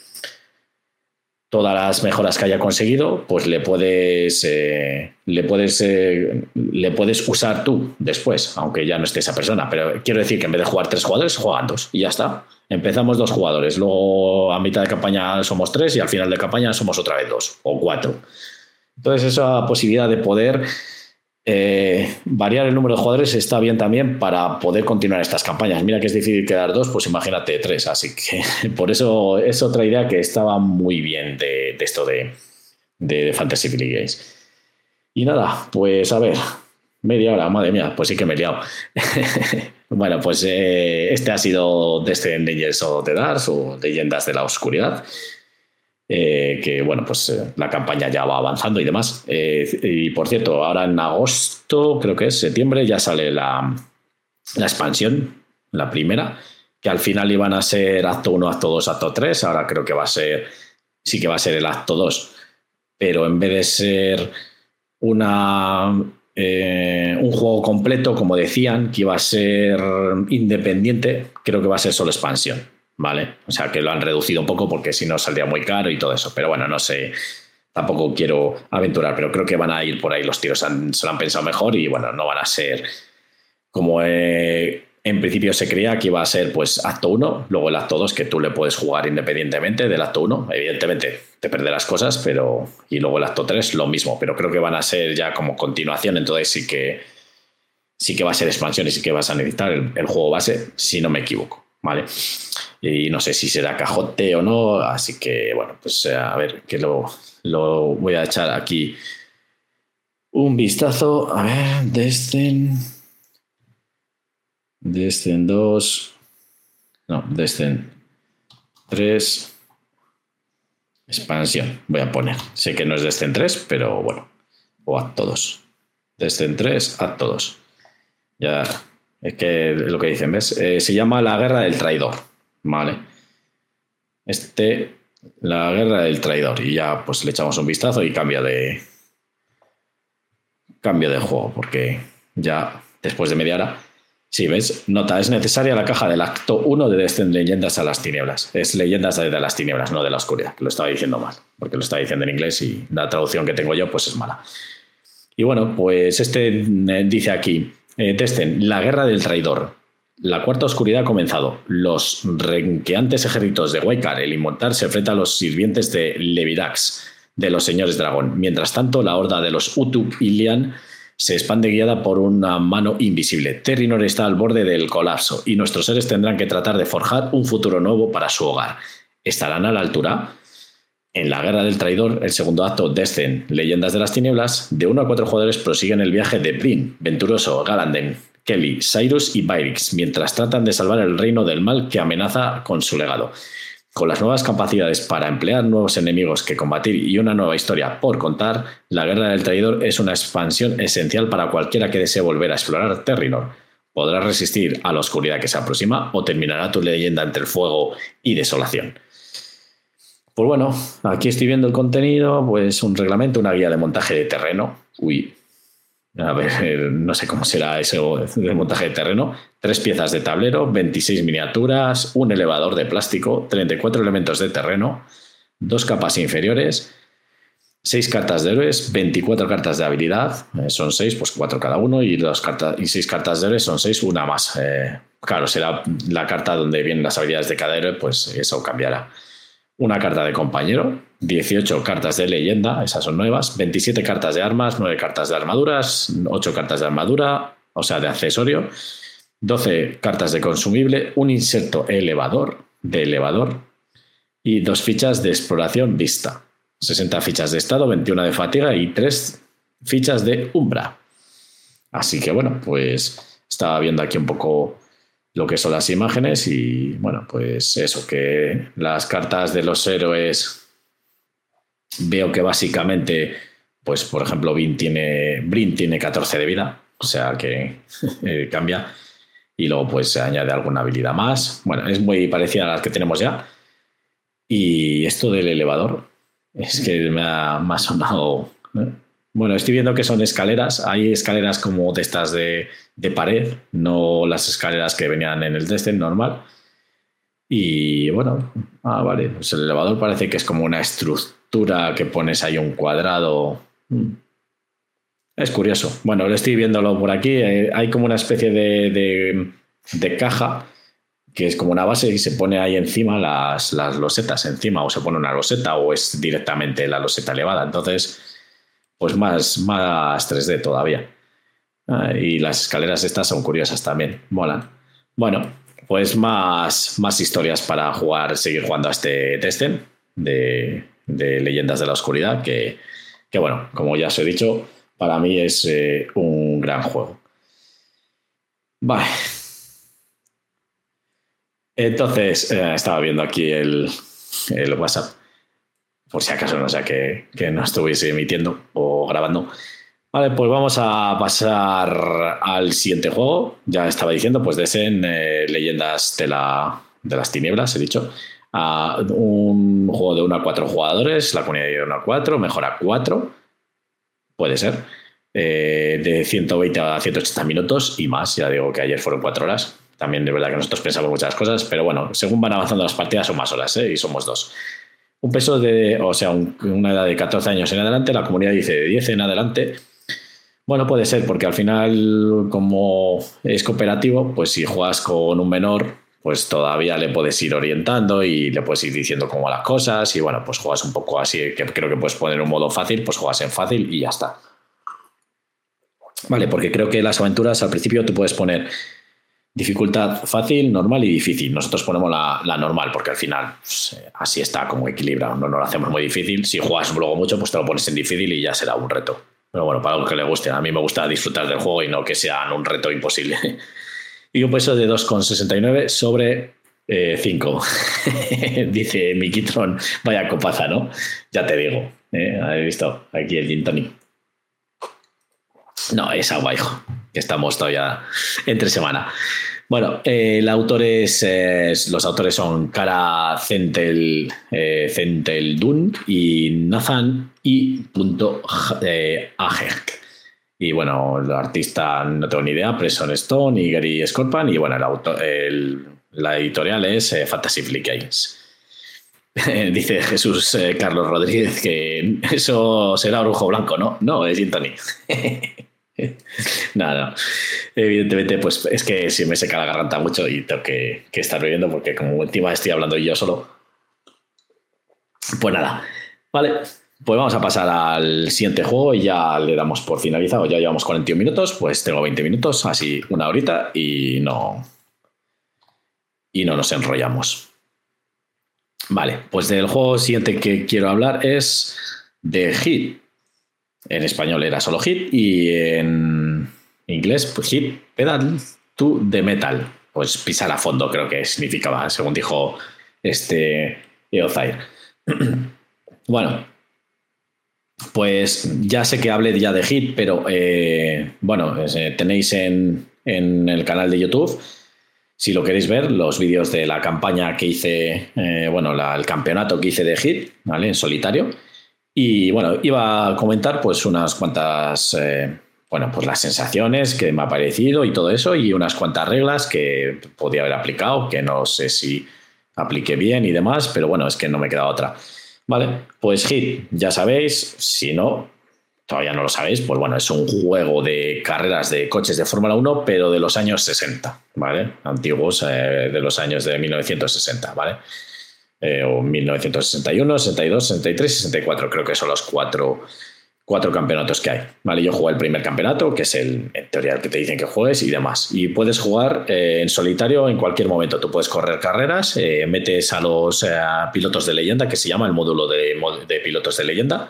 todas las mejoras que haya conseguido, pues le puedes eh, le puedes eh, le puedes usar tú después, aunque ya no esté esa persona. Pero quiero decir que en vez de jugar tres jugadores, juegan dos y ya está. Empezamos dos jugadores, luego a mitad de campaña somos tres y al final de campaña somos otra vez dos o cuatro. Entonces esa posibilidad de poder eh, variar el número de jugadores está bien también para poder continuar estas campañas. Mira que es difícil quedar dos, pues imagínate tres. Así que por eso es otra idea que estaba muy bien de, de esto de, de, de Fantasy Fleet Games. Y nada, pues a ver, media hora, madre mía, pues sí que me he liado. Bueno, pues eh, este ha sido Descent Legends of the Dark o Leyendas de la Oscuridad. Eh, que bueno, pues eh, la campaña ya va avanzando y demás. Eh, y por cierto, ahora en agosto, creo que es septiembre, ya sale la, la expansión, la primera, que al final iban a ser acto uno, acto dos, acto tres. Ahora creo que va a ser, sí que va a ser el acto dos, pero en vez de ser una... Eh, un juego completo, como decían, que iba a ser independiente, creo que va a ser solo expansión, ¿vale? O sea, que lo han reducido un poco porque si no saldría muy caro y todo eso. Pero bueno, no sé, tampoco quiero aventurar, pero creo que van a ir por ahí los tiros. Han, se lo han pensado mejor y bueno, no van a ser como eh, en principio se creía que iba a ser pues acto uno, luego el acto dos, que tú le puedes jugar independientemente del acto uno. Evidentemente te perderás cosas, pero y luego el acto tres lo mismo, pero creo que van a ser ya como continuación. Entonces sí que sí que va a ser expansión y sí que vas a necesitar el, el juego base, si no me equivoco, ¿vale? Y no sé si será cajote o no, así que bueno, pues a ver, que lo, lo voy a echar aquí un vistazo. A ver, Descent Descent dos, no, Descent tres, expansión, voy a poner. Sé que no es Descent tres, pero bueno, o acto dos. Descent tres, acto dos. Ya, es que es lo que dicen, ¿ves? Eh, se llama La Guerra del Traidor, ¿vale? Este, La Guerra del Traidor, y ya pues le echamos un vistazo y cambia de cambio de juego, porque ya después de media hora. Sí, ¿ves? Nota, es necesaria la caja del acto uno de Descent Leyendas a las Tinieblas. Es Leyendas de las Tinieblas, no de la Oscuridad, que lo estaba diciendo mal, porque lo estaba diciendo en inglés y la traducción que tengo yo pues es mala. Y bueno, pues este dice aquí, eh, Descent, la Guerra del Traidor. La Cuarta Oscuridad ha comenzado. Los renqueantes ejércitos de Waikar, el Inmortal, se enfrentan a los sirvientes de Levirax, de los Señores Dragón. Mientras tanto, la horda de los Utuk y Lian se expande guiada por una mano invisible. Terrinor está al borde del colapso y nuestros seres tendrán que tratar de forjar un futuro nuevo para su hogar. ¿Estarán a la altura? En la Guerra del Traidor, el segundo acto, Descent, Leyendas de las Tinieblas, de uno a cuatro jugadores prosiguen el viaje de Brin, Venturoso, Galanden, Kelly, Cyrus y Byrix, mientras tratan de salvar el reino del mal que amenaza con su legado. Con las nuevas capacidades para emplear nuevos enemigos que combatir y una nueva historia por contar, la Guerra del Traidor es una expansión esencial para cualquiera que desee volver a explorar Terrinor. ¿Podrás resistir a la oscuridad que se aproxima o terminará tu leyenda entre el fuego y desolación? Pues bueno, aquí estoy viendo el contenido, pues un reglamento, una guía de montaje de terreno. Uy, a ver, no sé cómo será eso de montaje de terreno. Tres piezas de tablero, veintiséis miniaturas, un elevador de plástico, treinta y cuatro elementos de terreno, dos capas inferiores, seis cartas de héroes, veinticuatro cartas de habilidad, eh, son seis, pues cuatro cada uno, y, dos cartas, y seis cartas de héroes son seis, una más. Eh, claro, será la carta donde vienen las habilidades de cada héroe, pues eso cambiará. Una carta de compañero, dieciocho cartas de leyenda, esas son nuevas, veintisiete cartas de armas, nueve cartas de armaduras, ocho cartas de armadura, o sea, de accesorio, doce cartas de consumible, un inserto elevador, de elevador, y dos fichas de exploración vista. sesenta fichas de estado, veintiuna de fatiga y tres fichas de umbra. Así que bueno, pues estaba viendo aquí un poco lo que son las imágenes y bueno, pues eso, que las cartas de los héroes veo que básicamente, pues por ejemplo, Brin tiene, Brin tiene catorce de vida, o sea que eh, cambia, y luego pues se añade alguna habilidad más. Bueno, es muy parecida a las que tenemos ya. Y esto del elevador es que me ha, me ha sonado, ¿eh? Bueno, estoy viendo que son escaleras. Hay escaleras como de estas de, de pared, no las escaleras que venían en el Destiny normal. Y bueno, ah, vale, pues el elevador parece que es como una estructura que pones ahí un cuadrado. Es curioso. Bueno, lo estoy viéndolo por aquí. Eh, hay como una especie de, de, de caja que es como una base y se pone ahí encima las, las losetas encima, o se pone una loseta o es directamente la loseta elevada. Entonces, pues más, más tres D todavía. Ah, y las escaleras estas son curiosas también, molan. Bueno, pues más, más historias para jugar, seguir jugando a este Destiny de, de Leyendas de la Oscuridad, que, que bueno, como ya os he dicho, para mí es eh, un gran juego. Vale. Entonces, eh, estaba viendo aquí el, el WhatsApp, por si acaso no sea que, que no estuviese emitiendo o grabando. Vale, pues vamos a pasar al siguiente juego. Ya estaba diciendo, pues Desen, eh, Leyendas de, la, de las Tinieblas, he dicho. Uh, un juego de uno a cuatro jugadores, la comunidad de uno a cuatro, mejor a cuatro, puede ser. Eh, de ciento veinte a ciento ochenta minutos y más. Ya digo que ayer fueron cuatro horas. También de verdad que nosotros pensamos muchas cosas, pero bueno, según van avanzando las partidas son más horas, ¿eh? Y somos dos. Un peso de, o sea, un, una edad de catorce años en adelante, la comunidad dice de diez en adelante. Bueno, puede ser, porque al final, como es cooperativo, pues si juegas con un menor, pues todavía le puedes ir orientando y le puedes ir diciendo cómo las cosas y bueno, pues juegas un poco así, que creo que puedes poner un modo fácil, pues juegas en fácil y ya está. Vale, porque creo que las aventuras al principio tú puedes poner dificultad fácil, normal y difícil. Nosotros ponemos la, la normal porque al final pues, así está como equilibrado. No, no lo hacemos muy difícil. Si juegas luego mucho, pues te lo pones en difícil y ya será un reto. Pero bueno, para algo que le guste. A mí me gusta disfrutar del juego y no que sea un reto imposible. Y un peso de dos coma sesenta y nueve sobre eh, cinco. Dice Mikitron, vaya copaza, ¿no? Ya te digo. ¿eh? ¿Habéis visto? Aquí el gin tonic. No, es agua, hijo. Que estamos todavía entre semana. Bueno, eh, el autor es, eh, los autores son Cara Centel, eh, Centeldun y Nathan I. Eh, Agerk. Y bueno, el artista no tengo ni idea, Preston Stone y Gary Scorpan. Y bueno, el autor, el, la editorial es eh, Fantasy Flick Games. Dice Jesús eh, Carlos Rodríguez que eso será orujo blanco, ¿no? No, es Gin Tonic. Nada, no. Evidentemente, pues es que si me seca la garganta mucho y tengo que, que estar bebiendo porque como encima estoy hablando yo solo. Pues nada, vale, pues vamos a pasar al siguiente juego y ya le damos por finalizado. Ya llevamos cuarenta y un minutos, pues tengo veinte minutos, así una horita y no, y no nos enrollamos. Vale, pues del juego siguiente que quiero hablar es de Hit. En español era solo Hit y en inglés pues Hit Pedal to the Metal. Pues pisar a fondo creo que significaba, según dijo este Eozair. Bueno, pues ya sé que hablé ya de Hit, pero eh, bueno, eh, tenéis en, en el canal de YouTube. Si lo queréis ver, los vídeos de la campaña que hice, eh, bueno, la, el campeonato que hice de Hit, ¿vale? En solitario. Y bueno, iba a comentar pues unas cuantas, eh, bueno, pues las sensaciones que me ha parecido y todo eso, y unas cuantas reglas que podía haber aplicado, que no sé si apliqué bien y demás, pero bueno, es que no me queda otra. Vale, pues Hit, ya sabéis, si no, todavía no lo sabéis, pues bueno, es un juego de carreras de coches de Fórmula uno, pero de los años sesenta, ¿vale? Antiguos, eh, de los años de mil novecientos sesenta, ¿vale? Eh, o mil novecientos sesenta y uno, sesenta y dos, sesenta y tres, sesenta y cuatro, creo que son los cuatro, cuatro campeonatos que hay, ¿vale? Yo jugué el primer campeonato, que es el, en teoría, el que te dicen que juegues y demás. Y puedes jugar eh, en solitario en cualquier momento. Tú puedes correr carreras, eh, metes a los eh, pilotos de leyenda, que se llama el módulo de, de pilotos de leyenda,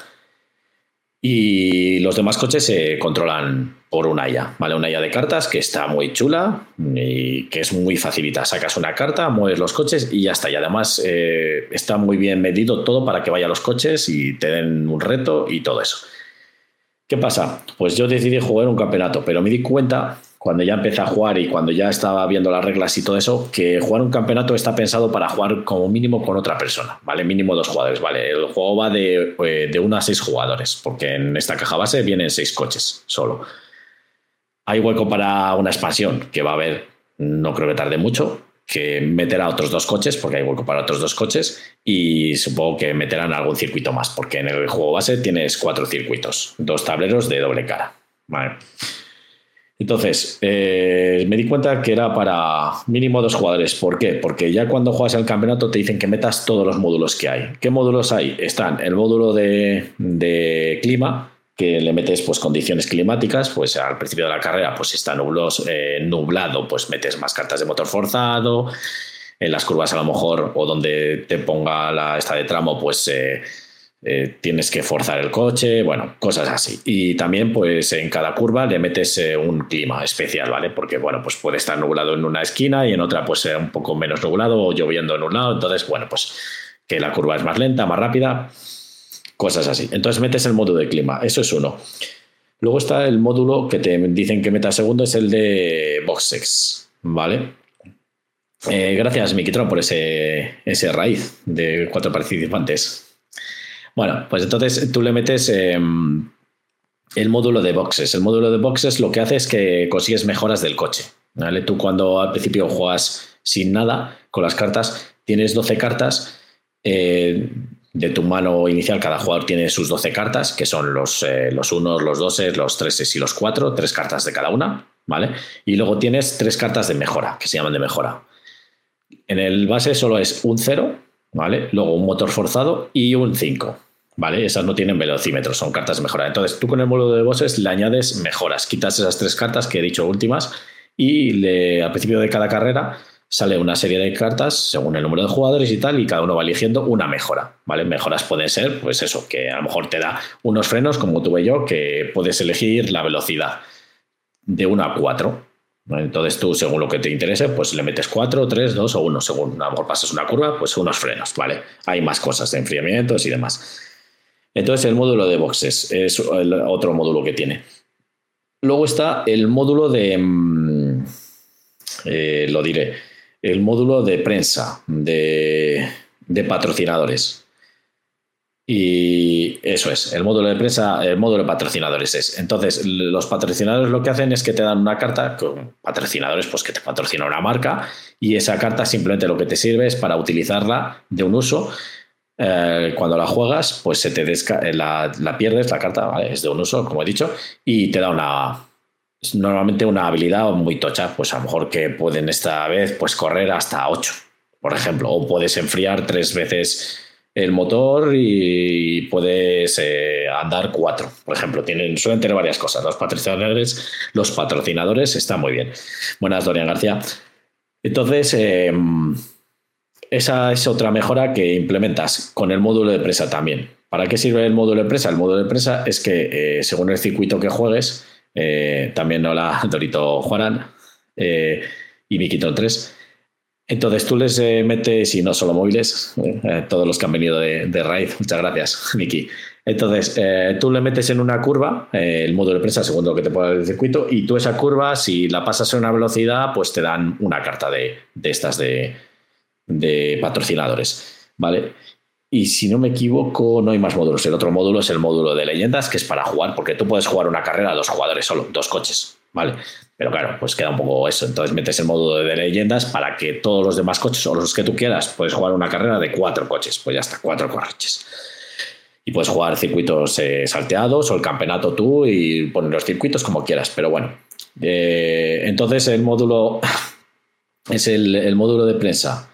y los demás coches se controlan por una I A, ¿vale? Una I A de cartas que está muy chula y que es muy facilita. Sacas una carta, mueves los coches y ya está. Y además eh, está muy bien medido todo para que vayan los coches y te den un reto y todo eso. ¿Qué pasa? Pues yo decidí jugar un campeonato, pero me di cuenta cuando ya empecé a jugar y cuando ya estaba viendo las reglas y todo eso, que jugar un campeonato está pensado para jugar como mínimo con otra persona, ¿vale? Mínimo dos jugadores, ¿vale? El juego va de, de uno a seis jugadores, porque en esta caja base vienen seis coches solo. Hay hueco para una expansión que va a haber, no creo que tarde mucho, que meterá otros dos coches, porque hay hueco para otros dos coches, y supongo que meterán algún circuito más, porque en el juego base tienes cuatro circuitos, dos tableros de doble cara, ¿vale? Entonces, eh, me di cuenta que era para mínimo dos jugadores. ¿Por qué? Porque ya cuando juegas el campeonato te dicen que metas todos los módulos que hay. ¿Qué módulos hay? Están el módulo de, de clima, que le metes pues condiciones climáticas, pues al principio de la carrera pues si está nublos, eh, nublado, pues metes más cartas de motor forzado. En las curvas a lo mejor, o donde te ponga la esta de tramo, pues... Eh, Eh, tienes que forzar el coche, bueno, cosas así. Y también pues en cada curva le metes eh, un clima especial, ¿vale? Porque bueno, pues puede estar nublado en una esquina y en otra pues eh, un poco menos nublado o lloviendo en un lado, entonces bueno, pues que la curva es más lenta, más rápida, cosas así. Entonces metes el módulo de clima, eso es uno. Luego está el módulo que te dicen que metas segundo, es el de Boxex, ¿vale? Eh, gracias, Mikitron, por ese, ese raíz de cuatro participantes. Bueno, pues entonces tú le metes eh, el módulo de boxes. El módulo de boxes lo que hace es que consigues mejoras del coche, ¿vale? Tú cuando al principio juegas sin nada, con las cartas, tienes doce cartas. Eh, de tu mano inicial, cada jugador tiene sus doce cartas, que son los, eh, los unos, los doses, los treses y los cuatro, tres cartas de cada una, ¿vale? Y luego tienes tres cartas de mejora, que se llaman de mejora. En el base solo es un cero, ¿vale? Luego un motor forzado y un cinco, ¿vale? Esas no tienen velocímetros, son cartas de mejora. Entonces tú con el módulo de bosses le añades mejoras, quitas esas tres cartas que he dicho últimas y le, al principio de cada carrera sale una serie de cartas según el número de jugadores y tal, y cada uno va eligiendo una mejora, ¿vale? Mejoras pueden ser, pues eso, que a lo mejor te da unos frenos, como tuve yo, que puedes elegir la velocidad de uno a cuatro. Entonces tú, según lo que te interese, pues le metes cuatro, tres, dos o uno. Según a lo mejor pasas una curva, pues unos frenos, ¿vale? Hay más cosas de enfriamientos y demás. Entonces el módulo de boxes es el otro módulo que tiene. Luego está el módulo de... Eh, lo diré. El módulo de prensa, de, de patrocinadores. Y eso es, el módulo de prensa, el módulo de patrocinadores es. Entonces, los patrocinadores lo que hacen es que te dan una carta con patrocinadores, pues que te patrocina una marca, y esa carta simplemente lo que te sirve es para utilizarla de un uso. Eh, cuando la juegas, pues se te desca la, la pierdes, la carta, ¿vale? Es de un uso, como he dicho, y te da una... normalmente una habilidad muy tocha, pues a lo mejor que pueden esta vez pues correr hasta ocho, por ejemplo, o puedes enfriar tres veces el motor y puedes eh, andar cuatro, por ejemplo. Tienen, suelen tener varias cosas. Los patrocinadores, los patrocinadores están muy bien. Buenas, Dorian García. Entonces, eh, esa es otra mejora que implementas con el módulo de presa también. ¿Para qué sirve el módulo de presa? El módulo de presa es que eh, según el circuito que juegues, eh, también hola Dorito Juaran eh, y Mikito tres. Entonces tú les eh, metes, y no solo móviles, eh, todos los que han venido de, de Raid, muchas gracias, Miki. Entonces, eh, tú le metes en una curva, eh, el módulo de prensa, según lo que te pueda dar el circuito, y tú esa curva, si la pasas a una velocidad, pues te dan una carta de, de estas de, de patrocinadores, ¿vale? Y si no me equivoco, no hay más módulos. El otro módulo es el módulo de leyendas, que es para jugar, porque tú puedes jugar una carrera a dos jugadores solo, dos coches, ¿vale? Pero claro, pues queda un poco eso. Entonces metes el módulo de leyendas para que todos los demás coches, o los que tú quieras, puedes jugar una carrera de cuatro coches. Pues ya está, cuatro coches. Y puedes jugar circuitos eh, salteados o el campeonato tú y poner los circuitos como quieras. Pero bueno, eh, entonces el módulo es el, el módulo de prensa.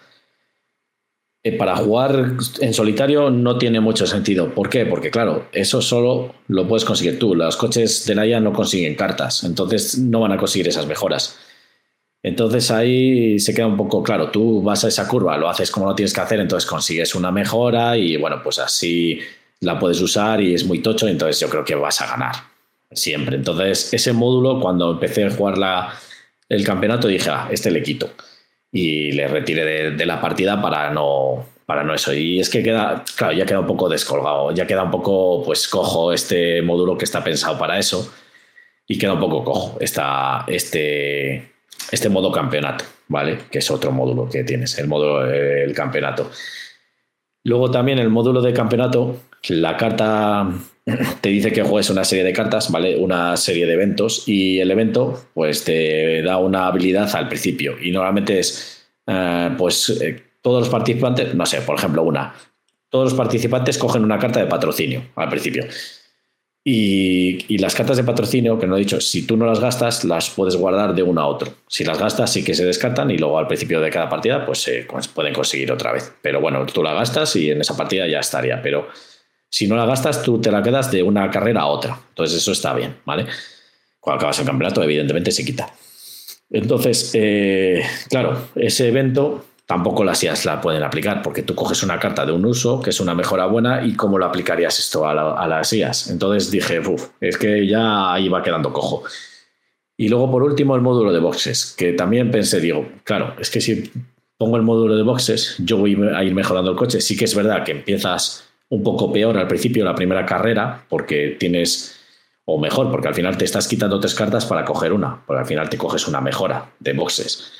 Eh, para jugar en solitario no tiene mucho sentido. ¿Por qué? Porque claro, eso solo lo puedes conseguir tú. Los coches de la I A no consiguen cartas, entonces no van a conseguir esas mejoras. Entonces ahí se queda un poco claro. Tú vas a esa curva, lo haces como lo tienes que hacer, entonces consigues una mejora y bueno, pues así la puedes usar y es muy tocho, entonces yo creo que vas a ganar siempre. Entonces ese módulo, cuando empecé a jugar la, el campeonato, dije, ah, este le quito. Y le retiré de, de la partida para no, para no eso. Y es que queda, claro, ya queda un poco descolgado, ya queda un poco pues cojo este módulo que está pensado para eso y queda un poco cojo esta, este, este modo campeonato, ¿vale? Que es otro módulo que tienes, el módulo del campeonato. Luego también el módulo de campeonato, la carta te dice que juegues una serie de cartas, ¿vale? Una serie de eventos y el evento pues te da una habilidad al principio y normalmente es eh, pues eh, todos los participantes, no sé, por ejemplo una, todos los participantes cogen una carta de patrocinio al principio y, y las cartas de patrocinio, que no he dicho, si tú no las gastas las puedes guardar de uno a otro. Si las gastas sí que se descartan y luego al principio de cada partida pues se pues pueden conseguir otra vez, pero bueno, tú la gastas y en esa partida ya estaría, pero si no la gastas, tú te la quedas de una carrera a otra. Entonces eso está bien, ¿vale? Cuando acabas el campeonato, evidentemente se quita. Entonces, eh, claro, ese evento tampoco las I As la pueden aplicar porque tú coges una carta de un uso, que es una mejora buena, y ¿cómo lo aplicarías esto a, la, a las I As? Entonces dije, uff, es que ya ahí va quedando cojo. Y luego, por último, el módulo de boxes, que también pensé, digo, claro, es que si pongo el módulo de boxes, yo voy a ir mejorando el coche. Sí que es verdad que empiezas un poco peor al principio la primera carrera porque tienes, o mejor, porque al final te estás quitando tres cartas para coger una, porque al final te coges una mejora de boxes.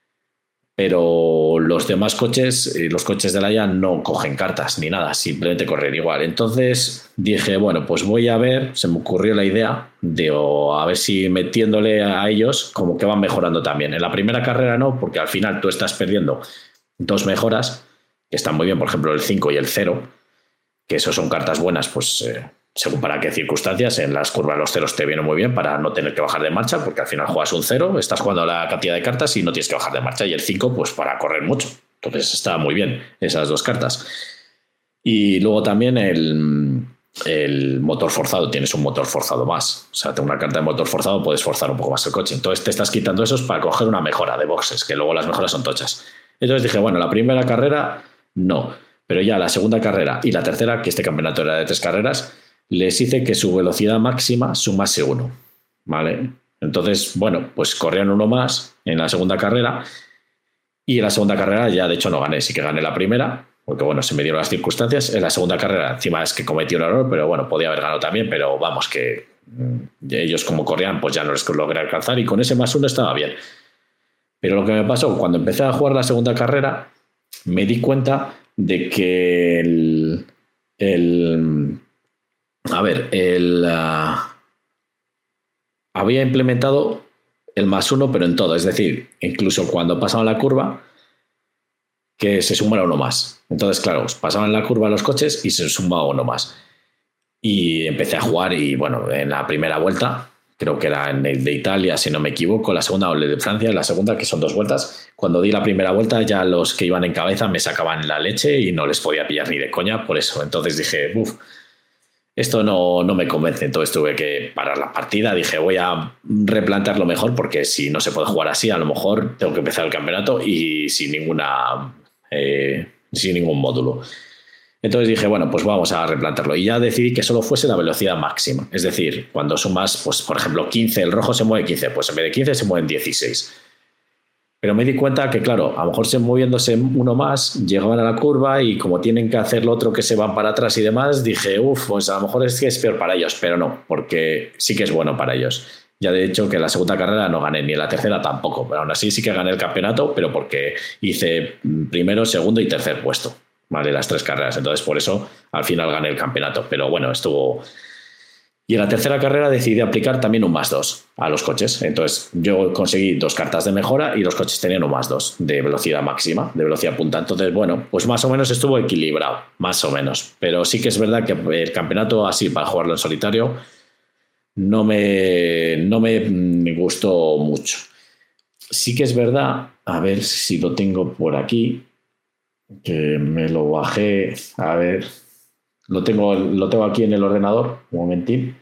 Pero los demás coches, los coches de la I A no cogen cartas ni nada, simplemente corren igual. Entonces dije, bueno, pues voy a ver, se me ocurrió la idea de o a ver si metiéndole a ellos como que van mejorando también. En la primera carrera no, porque al final tú estás perdiendo dos mejoras, que están muy bien, por ejemplo el cinco y el cero, que eso son cartas buenas, pues eh, según para qué circunstancias. En las curvas los ceros te vienen muy bien para no tener que bajar de marcha, porque al final juegas un cero, estás jugando la cantidad de cartas y no tienes que bajar de marcha, y el cinco pues para correr mucho. Entonces está muy bien esas dos cartas. Y luego también el, el motor forzado, tienes un motor forzado más, o sea, tengo una carta de motor forzado, puedes forzar un poco más el coche, entonces te estás quitando esos para coger una mejora de boxes, que luego las mejoras son tochas. Entonces dije, bueno, la primera carrera no, pero ya la segunda carrera y la tercera, que este campeonato era de tres carreras, les hice que su velocidad máxima sumase uno, ¿vale? Entonces, bueno, pues corrían uno más en la segunda carrera y en la segunda carrera ya de hecho no gané, sí que gané la primera, porque bueno, se me dieron las circunstancias. En la segunda carrera encima es que cometí un error, pero bueno, podía haber ganado también, pero vamos, que ellos como corrían pues ya no les logré alcanzar y con ese más uno estaba bien. Pero lo que me pasó, cuando empecé a jugar la segunda carrera, me di cuenta de que el... el a ver, el... Uh, había implementado el más uno, pero en todo. Es decir, incluso cuando pasaban la curva, que se sumara uno más. Entonces, claro, pasaban la curva los coches y se sumaba uno más. Y empecé a jugar y, bueno, en la primera vuelta, creo que era en el de Italia, si no me equivoco, la segunda o el de Francia, la segunda, que son dos vueltas. Cuando di la primera vuelta, ya los que iban en cabeza me sacaban la leche y no les podía pillar ni de coña por eso. Entonces dije, uff, esto no, no me convence. Entonces tuve que parar la partida. Dije, voy a replantearlo mejor porque si no se puede jugar así, a lo mejor tengo que empezar el campeonato y sin ninguna eh, sin ningún módulo. Entonces dije, bueno, pues vamos a replantearlo. Y ya decidí que solo fuese la velocidad máxima. Es decir, cuando sumas, pues por ejemplo, quince, el rojo se mueve quince, pues en vez de quince se mueven dieciséis. Pero me di cuenta que, claro, a lo mejor se moviéndose uno más, llegaban a la curva y como tienen que hacer lo otro que se van para atrás y demás, dije, uff, pues a lo mejor es que es peor para ellos, pero no, porque sí que es bueno para ellos. Ya de hecho que en la segunda carrera no gané, ni en la tercera tampoco, pero aún así sí que gané el campeonato, pero porque hice primero, segundo y tercer puesto, ¿vale? Las tres carreras, entonces por eso al final gané el campeonato, pero bueno, estuvo... Y en la tercera carrera decidí aplicar también un más dos a los coches. Entonces yo conseguí dos cartas de mejora y los coches tenían un más dos de velocidad máxima, de velocidad punta. Entonces, bueno, pues más o menos estuvo equilibrado, más o menos. Pero sí que es verdad que el campeonato así para jugarlo en solitario no me, no me gustó mucho. Sí que es verdad, a ver si lo tengo por aquí, que me lo bajé, a ver... Lo tengo, lo tengo aquí en el ordenador, un momentín.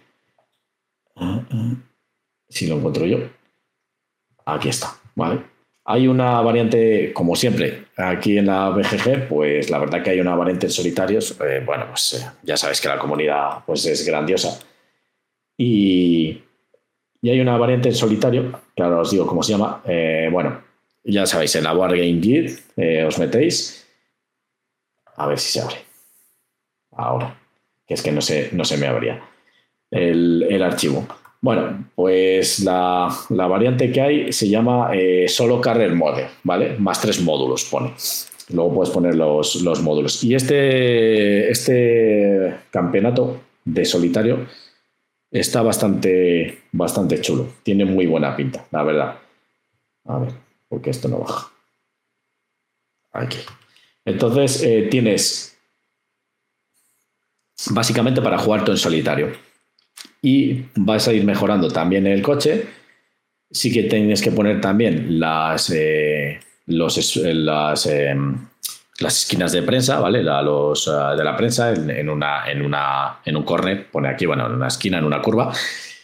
Si lo encuentro yo. Aquí está, ¿vale? Hay una variante, como siempre, aquí en la B G G, pues la verdad que hay una variante en solitarios. Eh, bueno, pues eh, ya sabéis que la comunidad pues, es grandiosa. Y, y hay una variante en solitario, que ahora os digo cómo se llama. Eh, bueno, ya sabéis, en la Wargame Guide eh, os metéis. A ver si se abre. Ahora, que es que no se, no se me abría el, el archivo. Bueno, pues la, la variante que hay se llama eh, solo Carrier Mode, ¿vale? Más tres módulos pone. Luego puedes poner los, los módulos. Y este, este campeonato de solitario está bastante, bastante chulo. Tiene muy buena pinta, la verdad. A ver, porque esto no baja. Aquí. Entonces, eh, tienes... básicamente para jugar todo en solitario y vas a ir mejorando también el coche. Sí que tienes que poner también las eh, los, las, eh, las esquinas de prensa, ¿vale? La, los uh, de la prensa en, en, una, en, una, en un corner, pone aquí, bueno, en una esquina, en una curva,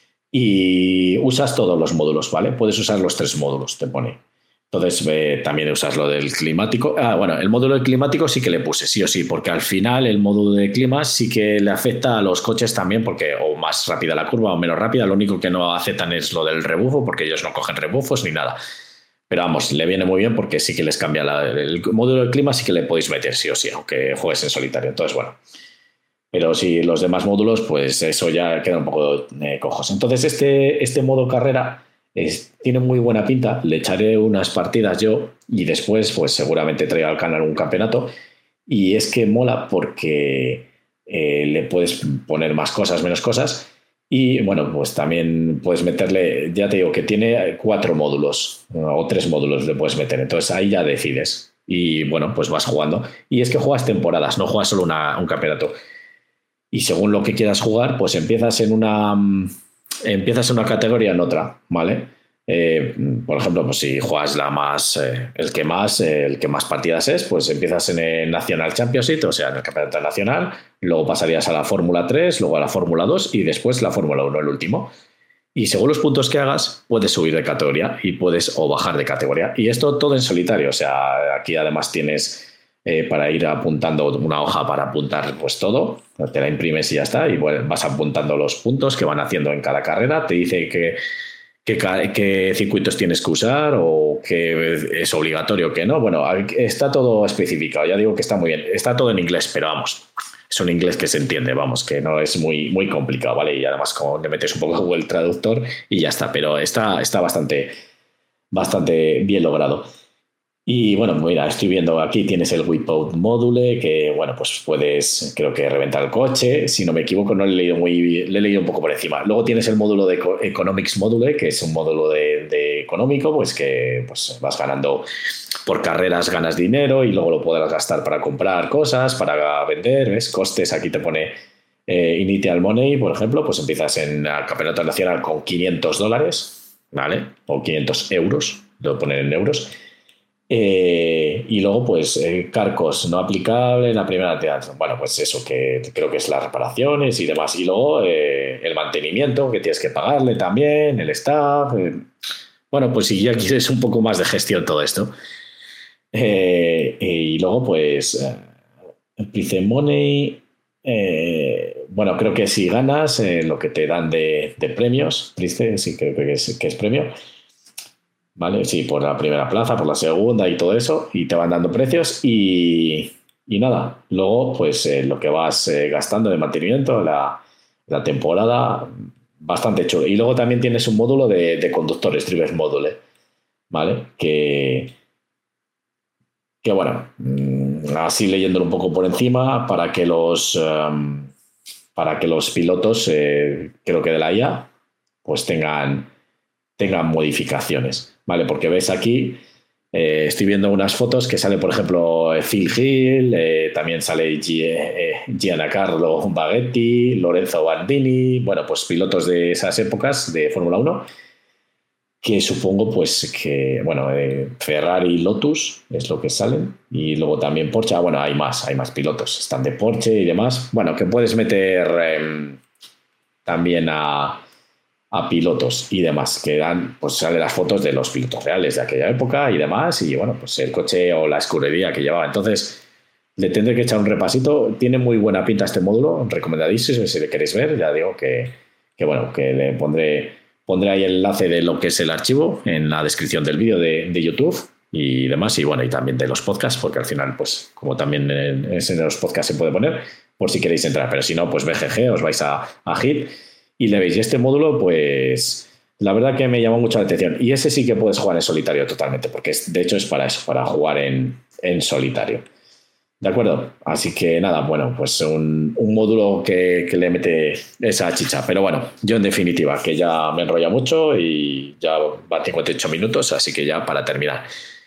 y usas todos los módulos, ¿vale? Puedes usar los tres módulos, te pone. Entonces eh, también usas lo del climático. Ah, bueno, el módulo de climático sí que le puse, sí o sí, porque al final el módulo de clima sí que le afecta a los coches también, porque o más rápida la curva o menos rápida. Lo único que no aceptan es lo del rebufo, porque ellos no cogen rebufos ni nada. Pero vamos, le viene muy bien porque sí que les cambia la, el módulo de clima, sí que le podéis meter sí o sí, aunque juegues en solitario. Entonces, bueno. Pero si los demás módulos, pues eso ya queda un poco eh, cojos. Entonces, este, este modo carrera... Es, tiene muy buena pinta, le echaré unas partidas yo y después pues seguramente traiga al canal un campeonato y es que mola porque eh, le puedes poner más cosas, menos cosas y bueno, pues también puedes meterle, ya te digo que tiene cuatro módulos o tres módulos le puedes meter, entonces ahí ya decides y bueno, pues vas jugando y es que juegas temporadas, no juegas solo una, un campeonato y según lo que quieras jugar, pues empiezas en una... empiezas en una categoría en otra, ¿vale? Eh, por ejemplo, pues si juegas la más, eh, el que más, eh, el que más partidas es, pues empiezas en el National Championship, o sea, en el campeonato nacional, luego pasarías a la Fórmula tres, luego a la Fórmula dos y después la Fórmula uno, el último. Y según los puntos que hagas, puedes subir de categoría y puedes o bajar de categoría. Y esto todo en solitario, o sea, aquí además tienes... Eh, para ir apuntando una hoja para apuntar pues todo, te la imprimes y ya está y bueno, vas apuntando los puntos que van haciendo en cada carrera, te dice que, que, qué circuitos tienes que usar o que es obligatorio o que no, bueno, está todo especificado, ya digo que está muy bien, está todo en inglés, pero vamos, es un inglés que se entiende, vamos, que no es muy, muy complicado, ¿vale? Y además como le metes un poco Google Traductor y ya está, pero está, está bastante, bastante bien logrado. Y bueno, mira, estoy viendo aquí tienes el Whipout Module, que bueno, pues puedes, creo que reventar el coche. Si no me equivoco, no lo he leído muy bien, le he leído un poco por encima. Luego tienes el módulo de Economics Module, que es un módulo de, de económico, pues que pues vas ganando por carreras, ganas dinero y luego lo podrás gastar para comprar cosas, para vender, ¿ves? Costes, aquí te pone eh, Initial Money, por ejemplo, pues empiezas en el campeonato nacional con quinientos dólares, ¿vale? O quinientos euros, lo ponen en euros. Eh, y luego pues eh, carcos no aplicables en la primera teatro. Bueno, pues eso que creo que es las reparaciones y demás y luego eh, el mantenimiento que tienes que pagarle también, el staff, eh. Bueno, pues si ya quieres un poco más de gestión todo esto eh, y luego pues eh, Prize Money eh, bueno, creo que si ganas eh, lo que te dan de, de premios Prize, sí creo que es, que es premio. ¿vale? Sí, por la primera plaza, por la segunda y todo eso, y te van dando precios y, y nada, luego pues eh, lo que vas eh, gastando de mantenimiento, la, la temporada, bastante chulo. Y luego también tienes un módulo de, de conductores, Drivers Módule, ¿vale? Que, que bueno, así leyéndolo un poco por encima, para que los, um, para que los pilotos, eh, creo que de la I A, pues tengan, tengan modificaciones, ¿vale? Porque ves aquí, eh, estoy viendo unas fotos que sale, por ejemplo, Phil Hill, eh, también sale G, eh, Giancarlo Baghetti, Lorenzo Bandini, bueno, pues pilotos de esas épocas de Fórmula uno, que supongo pues que, bueno, eh, Ferrari y Lotus es lo que salen, y luego también Porsche, ah, bueno, hay más, hay más pilotos, están de Porsche y demás, bueno, que puedes meter eh, también a, a pilotos y demás, que dan, pues salen las fotos de los pilotos reales de aquella época y demás, y bueno, pues el coche o la escudería que llevaba, entonces le tendré que echar un repasito, tiene muy buena pinta este módulo, recomendadísimo si le queréis ver, ya digo que, que bueno, que le pondré Pondré ahí el enlace de lo que es el archivo en la descripción del vídeo de, de YouTube y demás, y bueno, y también de los podcasts, porque al final, pues, como también en, en los podcasts se puede poner, por si queréis entrar, pero si no, pues B G G, os vais a, a Hit y le veis. Y este módulo, pues, la verdad que me llamó mucho la atención. Y ese sí que puedes jugar en solitario totalmente, porque es, de hecho es para eso, para jugar en, en solitario. ¿De acuerdo? Así que nada, bueno, pues un, un módulo que, que le mete esa chicha. Pero bueno, yo en definitiva, que ya me enrolla mucho y ya va cincuenta y ocho minutos, así que ya para terminar.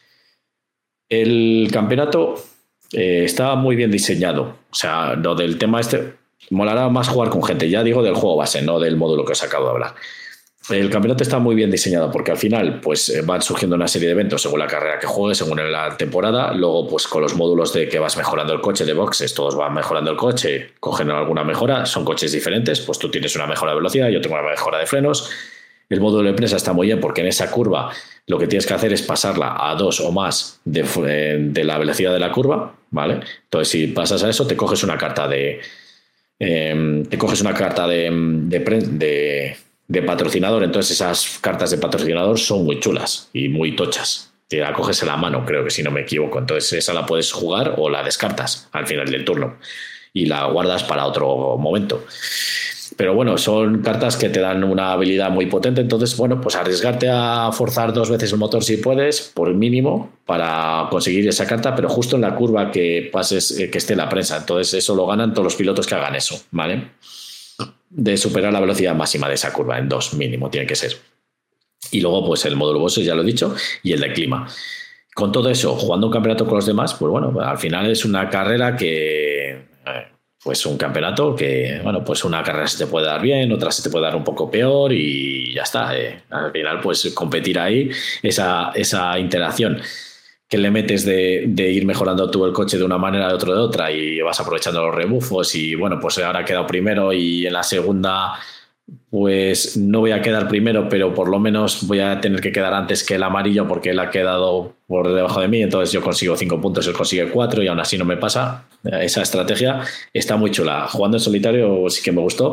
El campeonato eh, está muy bien diseñado. O sea, lo del tema este, molará más jugar con gente. Ya digo del juego base, no del módulo que os acabo de hablar. El campeonato está muy bien diseñado porque al final pues van surgiendo una serie de eventos según la carrera que juegues, según la temporada. Luego pues con los módulos de que vas mejorando el coche de boxes, todos van mejorando el coche, cogen alguna mejora, son coches diferentes, pues tú tienes una mejora de velocidad, yo tengo una mejora de frenos. El módulo de empresa está muy bien porque en esa curva lo que tienes que hacer es pasarla a dos o más de, de la velocidad de la curva, ¿vale? Entonces si pasas a eso te coges una carta de eh, te coges una carta de, de, de de patrocinador, entonces esas cartas de patrocinador son muy chulas y muy tochas. Te la coges en la mano, creo que si no me equivoco. Entonces esa la puedes jugar o la descartas al final del turno y la guardas para otro momento. Pero bueno, son cartas que te dan una habilidad muy potente, entonces bueno, pues arriesgarte a forzar dos veces el motor si puedes, por mínimo, para conseguir esa carta, pero justo en la curva que pases, que esté la prensa. Entonces eso lo ganan todos los pilotos que hagan eso, ¿vale? De superar la velocidad máxima de esa curva en dos mínimo tiene que ser. Y luego pues el módulo bosses, ya lo he dicho, y el de clima. Con todo eso, jugando un campeonato con los demás, pues bueno, al final es una carrera que pues un campeonato que, bueno, pues una carrera se te puede dar bien, otra se te puede dar un poco peor y ya está. Eh. Al final pues competir ahí, esa, esa interacción que le metes de, de ir mejorando tú el coche de una manera, de otro de otra, y vas aprovechando los rebufos y bueno, pues ahora he quedado primero y en la segunda pues no voy a quedar primero, pero por lo menos voy a tener que quedar antes que el amarillo porque él ha quedado por debajo de mí, entonces yo consigo cinco puntos, él consigue cuatro y aún así no me pasa. Esa estrategia está muy chula. Jugando en solitario sí que me gustó.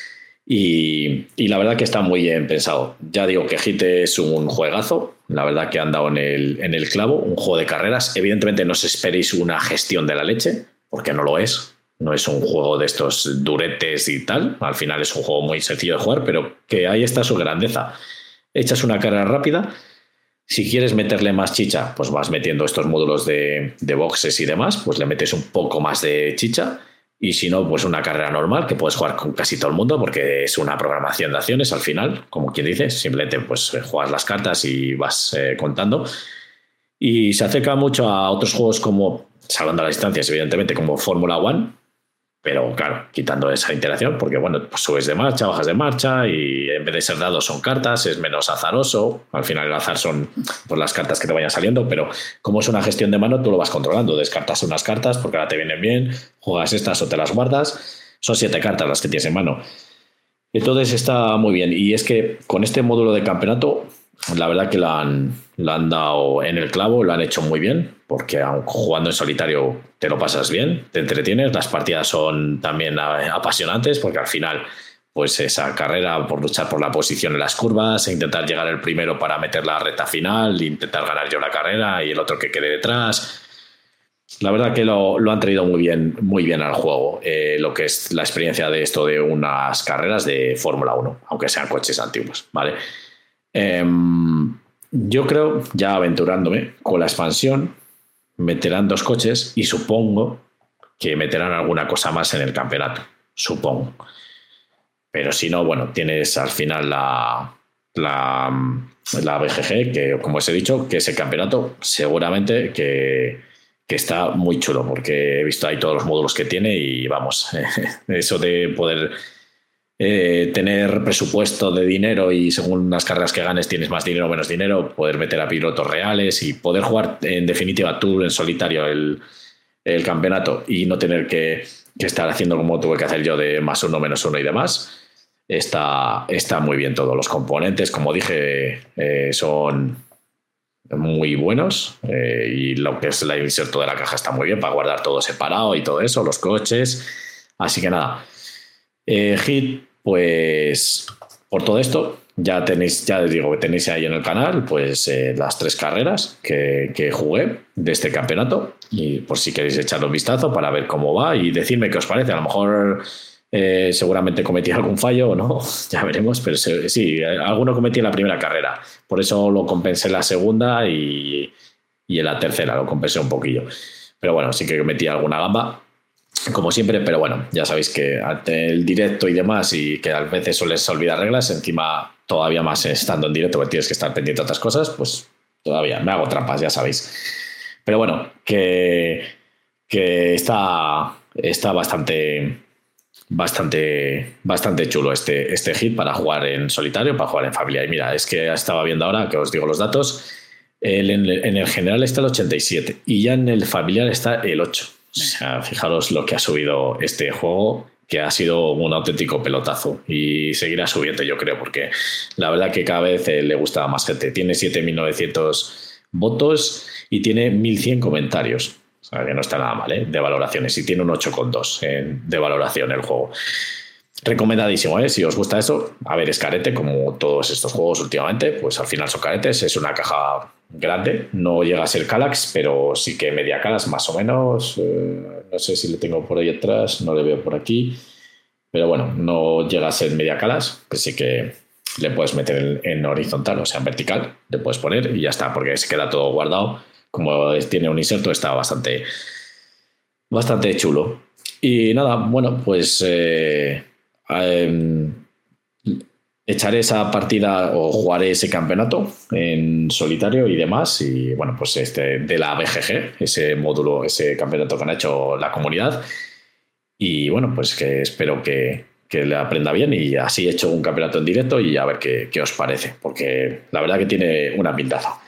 Y, y la verdad que está muy bien pensado. Ya digo que Hit es un juegazo, la verdad que han dado en el, en el clavo, un juego de carreras. Evidentemente no os esperéis una gestión de la leche, porque no lo es. No es un juego de estos duretes y tal. Al final es un juego muy sencillo de jugar, pero que ahí está su grandeza. Echas una carrera rápida. Si quieres meterle más chicha, pues vas metiendo estos módulos de, de boxes y demás, pues le metes un poco más de chicha. Y si no, pues una carrera normal que puedes jugar con casi todo el mundo porque es una programación de acciones al final, como quien dice, simplemente pues juegas las cartas y vas eh, contando. Y se acerca mucho a otros juegos como, salvando las distancias evidentemente, como Fórmula One, pero claro, quitando esa interacción porque bueno, pues subes de marcha, bajas de marcha y en vez de ser dados son cartas, es menos azaroso. Al final el azar son pues, las cartas que te vayan saliendo, pero como es una gestión de mano tú lo vas controlando, descartas unas cartas porque ahora te vienen bien, juegas estas o te las guardas, son siete cartas las que tienes en mano. Entonces está muy bien y es que con este módulo de campeonato la verdad que lo han, lo han dado en el clavo, lo han hecho muy bien, porque aun jugando en solitario te lo pasas bien, te entretienes, las partidas son también apasionantes, porque al final pues esa carrera por luchar por la posición en las curvas, e intentar llegar el primero para meter la recta final, intentar ganar yo la carrera y el otro que quede detrás. La verdad que lo, lo han traído muy bien, muy bien al juego, eh, lo que es la experiencia de esto de unas carreras de Fórmula uno, aunque sean coches antiguos, ¿vale? Eh, yo creo, ya aventurándome, con la expansión meterán dos coches y supongo que meterán alguna cosa más en el campeonato, supongo. Pero si no, bueno, tienes al final la, la, la B G G, que como os he dicho, que ese campeonato seguramente que, que está muy chulo, porque he visto ahí todos los módulos que tiene y vamos, eso de poder eh, tener presupuesto de dinero y según las carreras que ganes tienes más dinero o menos dinero, poder meter a pilotos reales y poder jugar en definitiva tú en solitario el, el campeonato y no tener que, que estar haciendo como tuve que hacer yo de más uno, menos uno y demás. Está, está muy bien todos los componentes, como dije, eh, son muy buenos eh, y lo que es el inserto de la caja está muy bien para guardar todo separado y todo eso, los coches. Así que nada, eh, Hit, pues por todo esto ya tenéis, ya les digo que tenéis ahí en el canal pues eh, las tres carreras que, que jugué de este campeonato y por si queréis echarle un vistazo para ver cómo va y decirme qué os parece. A lo mejor Eh, seguramente cometí algún fallo o no, ya veremos, pero sí, alguno cometí en la primera carrera, por eso lo compensé en la segunda y, y en la tercera lo compensé un poquillo, pero bueno, sí que cometí alguna gamba como siempre, pero bueno, ya sabéis que ante el directo y demás y que a veces sueles olvidar reglas, encima todavía más estando en directo que tienes que estar pendiente de otras cosas, pues todavía me hago trampas, ya sabéis, pero bueno, que, que está, está bastante Bastante, bastante chulo este, este Hit para jugar en solitario, para jugar en familia. Y mira, es que estaba viendo ahora que os digo los datos. El, en, el, en el general está el ochenta y siete y ya en el familiar está el ocho. O sea, fijaros lo que ha subido este juego, que ha sido un auténtico pelotazo y seguirá subiendo, yo creo, porque la verdad que cada vez le gusta a más gente. Tiene siete mil novecientos votos y tiene mil cien comentarios. O sea, que no está nada mal, ¿eh? De valoraciones. Y tiene un ocho coma dos de valoración el juego. Recomendadísimo, ¿eh? Si os gusta eso, a ver, es carete, como todos estos juegos últimamente, pues al final son caretes. Es una caja grande, no llega a ser Calax, pero sí que media Calax más o menos. Eh, no sé si le tengo por ahí atrás, no le veo por aquí. Pero bueno, no llega a ser media Calax, que sí que le puedes meter en, en horizontal, o sea, en vertical, le puedes poner y ya está, porque se queda todo guardado. Como tiene un inserto, está bastante, bastante chulo. Y nada, bueno, pues eh, eh, echaré esa partida o jugaré ese campeonato en solitario y demás. Y bueno, pues este de la B G G, ese módulo, ese campeonato que han hecho la comunidad. Y bueno, pues que espero que, que le aprenda bien y así he hecho un campeonato en directo y a ver qué, qué os parece, porque la verdad que tiene una pintaza.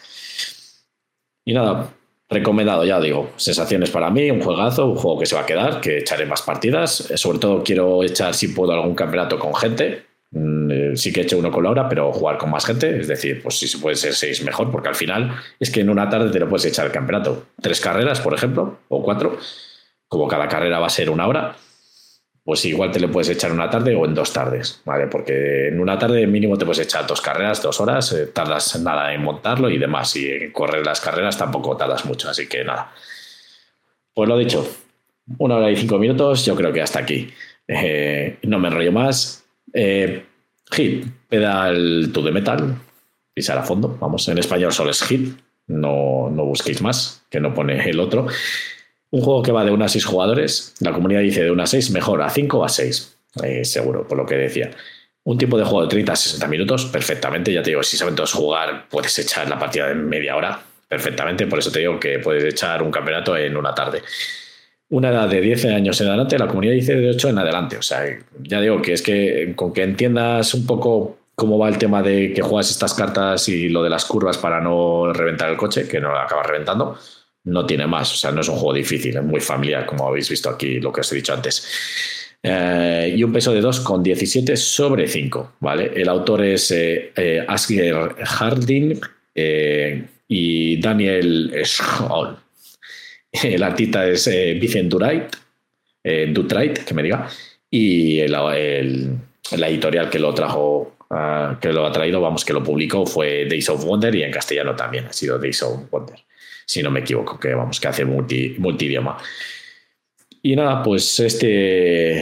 Y nada, recomendado, ya digo, sensaciones para mí, un juegazo, un juego que se va a quedar, que echaré más partidas. Sobre todo quiero echar, si puedo, algún campeonato con gente. Sí que he hecho uno con Laura, pero jugar con más gente, es decir, pues si se puede ser seis mejor, porque al final es que en una tarde te lo puedes echar el campeonato. Tres carreras, por ejemplo, o cuatro, como cada carrera va a ser una hora, pues igual te lo puedes echar en una tarde o en dos tardes, ¿vale? Porque en una tarde mínimo te puedes echar dos carreras, dos horas, eh, tardas nada en montarlo y demás, y en correr las carreras tampoco tardas mucho, así que nada. Pues lo dicho, una hora y cinco minutos, yo creo que hasta aquí. Eh, no me enrollo más. Eh, Hit, pedal to the metal, pisar a fondo, vamos, en español solo es Hit, no, no busquéis más, que no pone el otro. Un juego que va de uno a seis jugadores. La comunidad dice de uno a seis, mejor a cinco o a seis. Eh, seguro, por lo que decía. Un tiempo de juego de treinta a sesenta minutos, perfectamente. Ya te digo, si saben todos jugar, puedes echar la partida en media hora, perfectamente. Por eso te digo que puedes echar un campeonato en una tarde. Una edad de diez años en adelante, la comunidad dice de ocho en adelante. O sea, ya digo que es que con que entiendas un poco cómo va el tema de que juegas estas cartas y lo de las curvas para no reventar el coche, que no lo acabas reventando, no tiene más, o sea, no es un juego difícil, es muy familiar, como habéis visto aquí, lo que os he dicho antes. Eh, y un peso de dos coma diecisiete sobre cinco, ¿vale? El autor es eh, eh, Asger Harding eh, y Daniel Scholl. El artista es eh, Vincent Dutrait, eh, Dutrait, que me diga, y el, el, la editorial que lo trajo, uh, que lo ha traído, vamos, que lo publicó fue Days of Wonder, y en castellano también ha sido Days of Wonder, si no me equivoco, que vamos, que hace multi, multidioma. Y nada, pues este...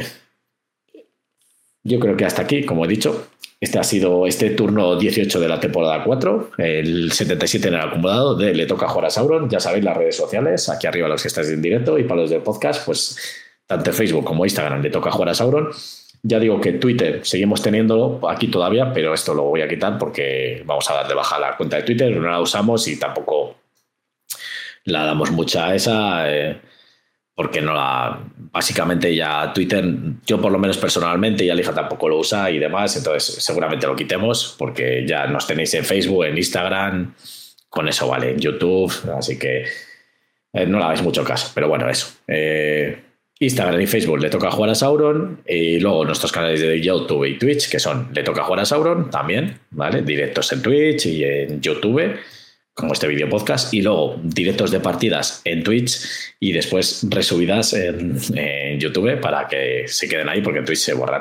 Yo creo que hasta aquí, como he dicho, este ha sido este turno dieciocho de la temporada cuatro, el setenta y siete en el acumulado de Le Toca Jugar a Sauron. Ya sabéis, las redes sociales, aquí arriba los que estáis en directo, y para los del podcast, pues tanto Facebook como Instagram, Le Toca Jugar a Sauron. Ya digo que Twitter seguimos teniéndolo aquí todavía, pero esto lo voy a quitar porque vamos a dar de baja la cuenta de Twitter, no la usamos y tampoco la damos mucha a esa... Eh, porque no la, básicamente ya Twitter, yo por lo menos personalmente, y Alija tampoco lo usa y demás, entonces seguramente lo quitemos porque ya nos tenéis en Facebook, en Instagram, con eso vale, en YouTube, así que eh, no le hagáis mucho caso, pero bueno, eso. Eh, Instagram y Facebook Le Toca Jugar a Sauron, y luego nuestros canales de YouTube y Twitch, que son Le Toca Jugar a Sauron también, ¿vale? Directos en Twitch y en YouTube, como este vídeo podcast, y luego directos de partidas en Twitch y después resubidas en, en YouTube para que se queden ahí, porque en Twitch se borran.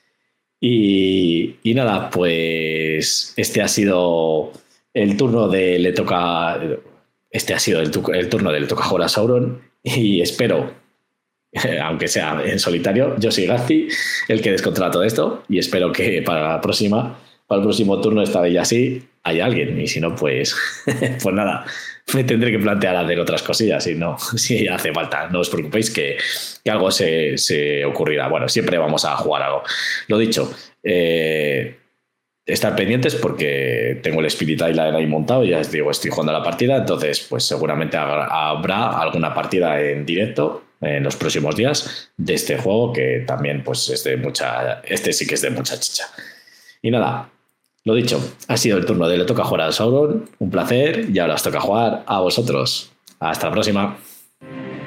Y, y nada, pues este ha sido el turno de Le Toca... Este ha sido el, el turno de Le Toca Jugar a Sauron, y espero, aunque sea en solitario, yo soy Garci, el que descontrola todo esto, y espero que para la próxima, para el próximo turno, esta vez ya sí, hay alguien, y si no, pues pues nada, me tendré que plantear hacer otras cosillas, si no, si hace falta, no os preocupéis que, que algo se, se ocurrirá. Bueno, siempre vamos a jugar algo. Lo dicho, eh, estar pendientes porque tengo el Spirit Island ahí montado, y ya os digo, estoy jugando la partida, entonces pues seguramente habrá alguna partida en directo en los próximos días de este juego, que también pues es de mucha, este sí que es de mucha chicha. Y nada, lo dicho, ha sido el turno de Le Toca Jugar a Sauron, un placer, y ahora os toca jugar a vosotros. Hasta la próxima.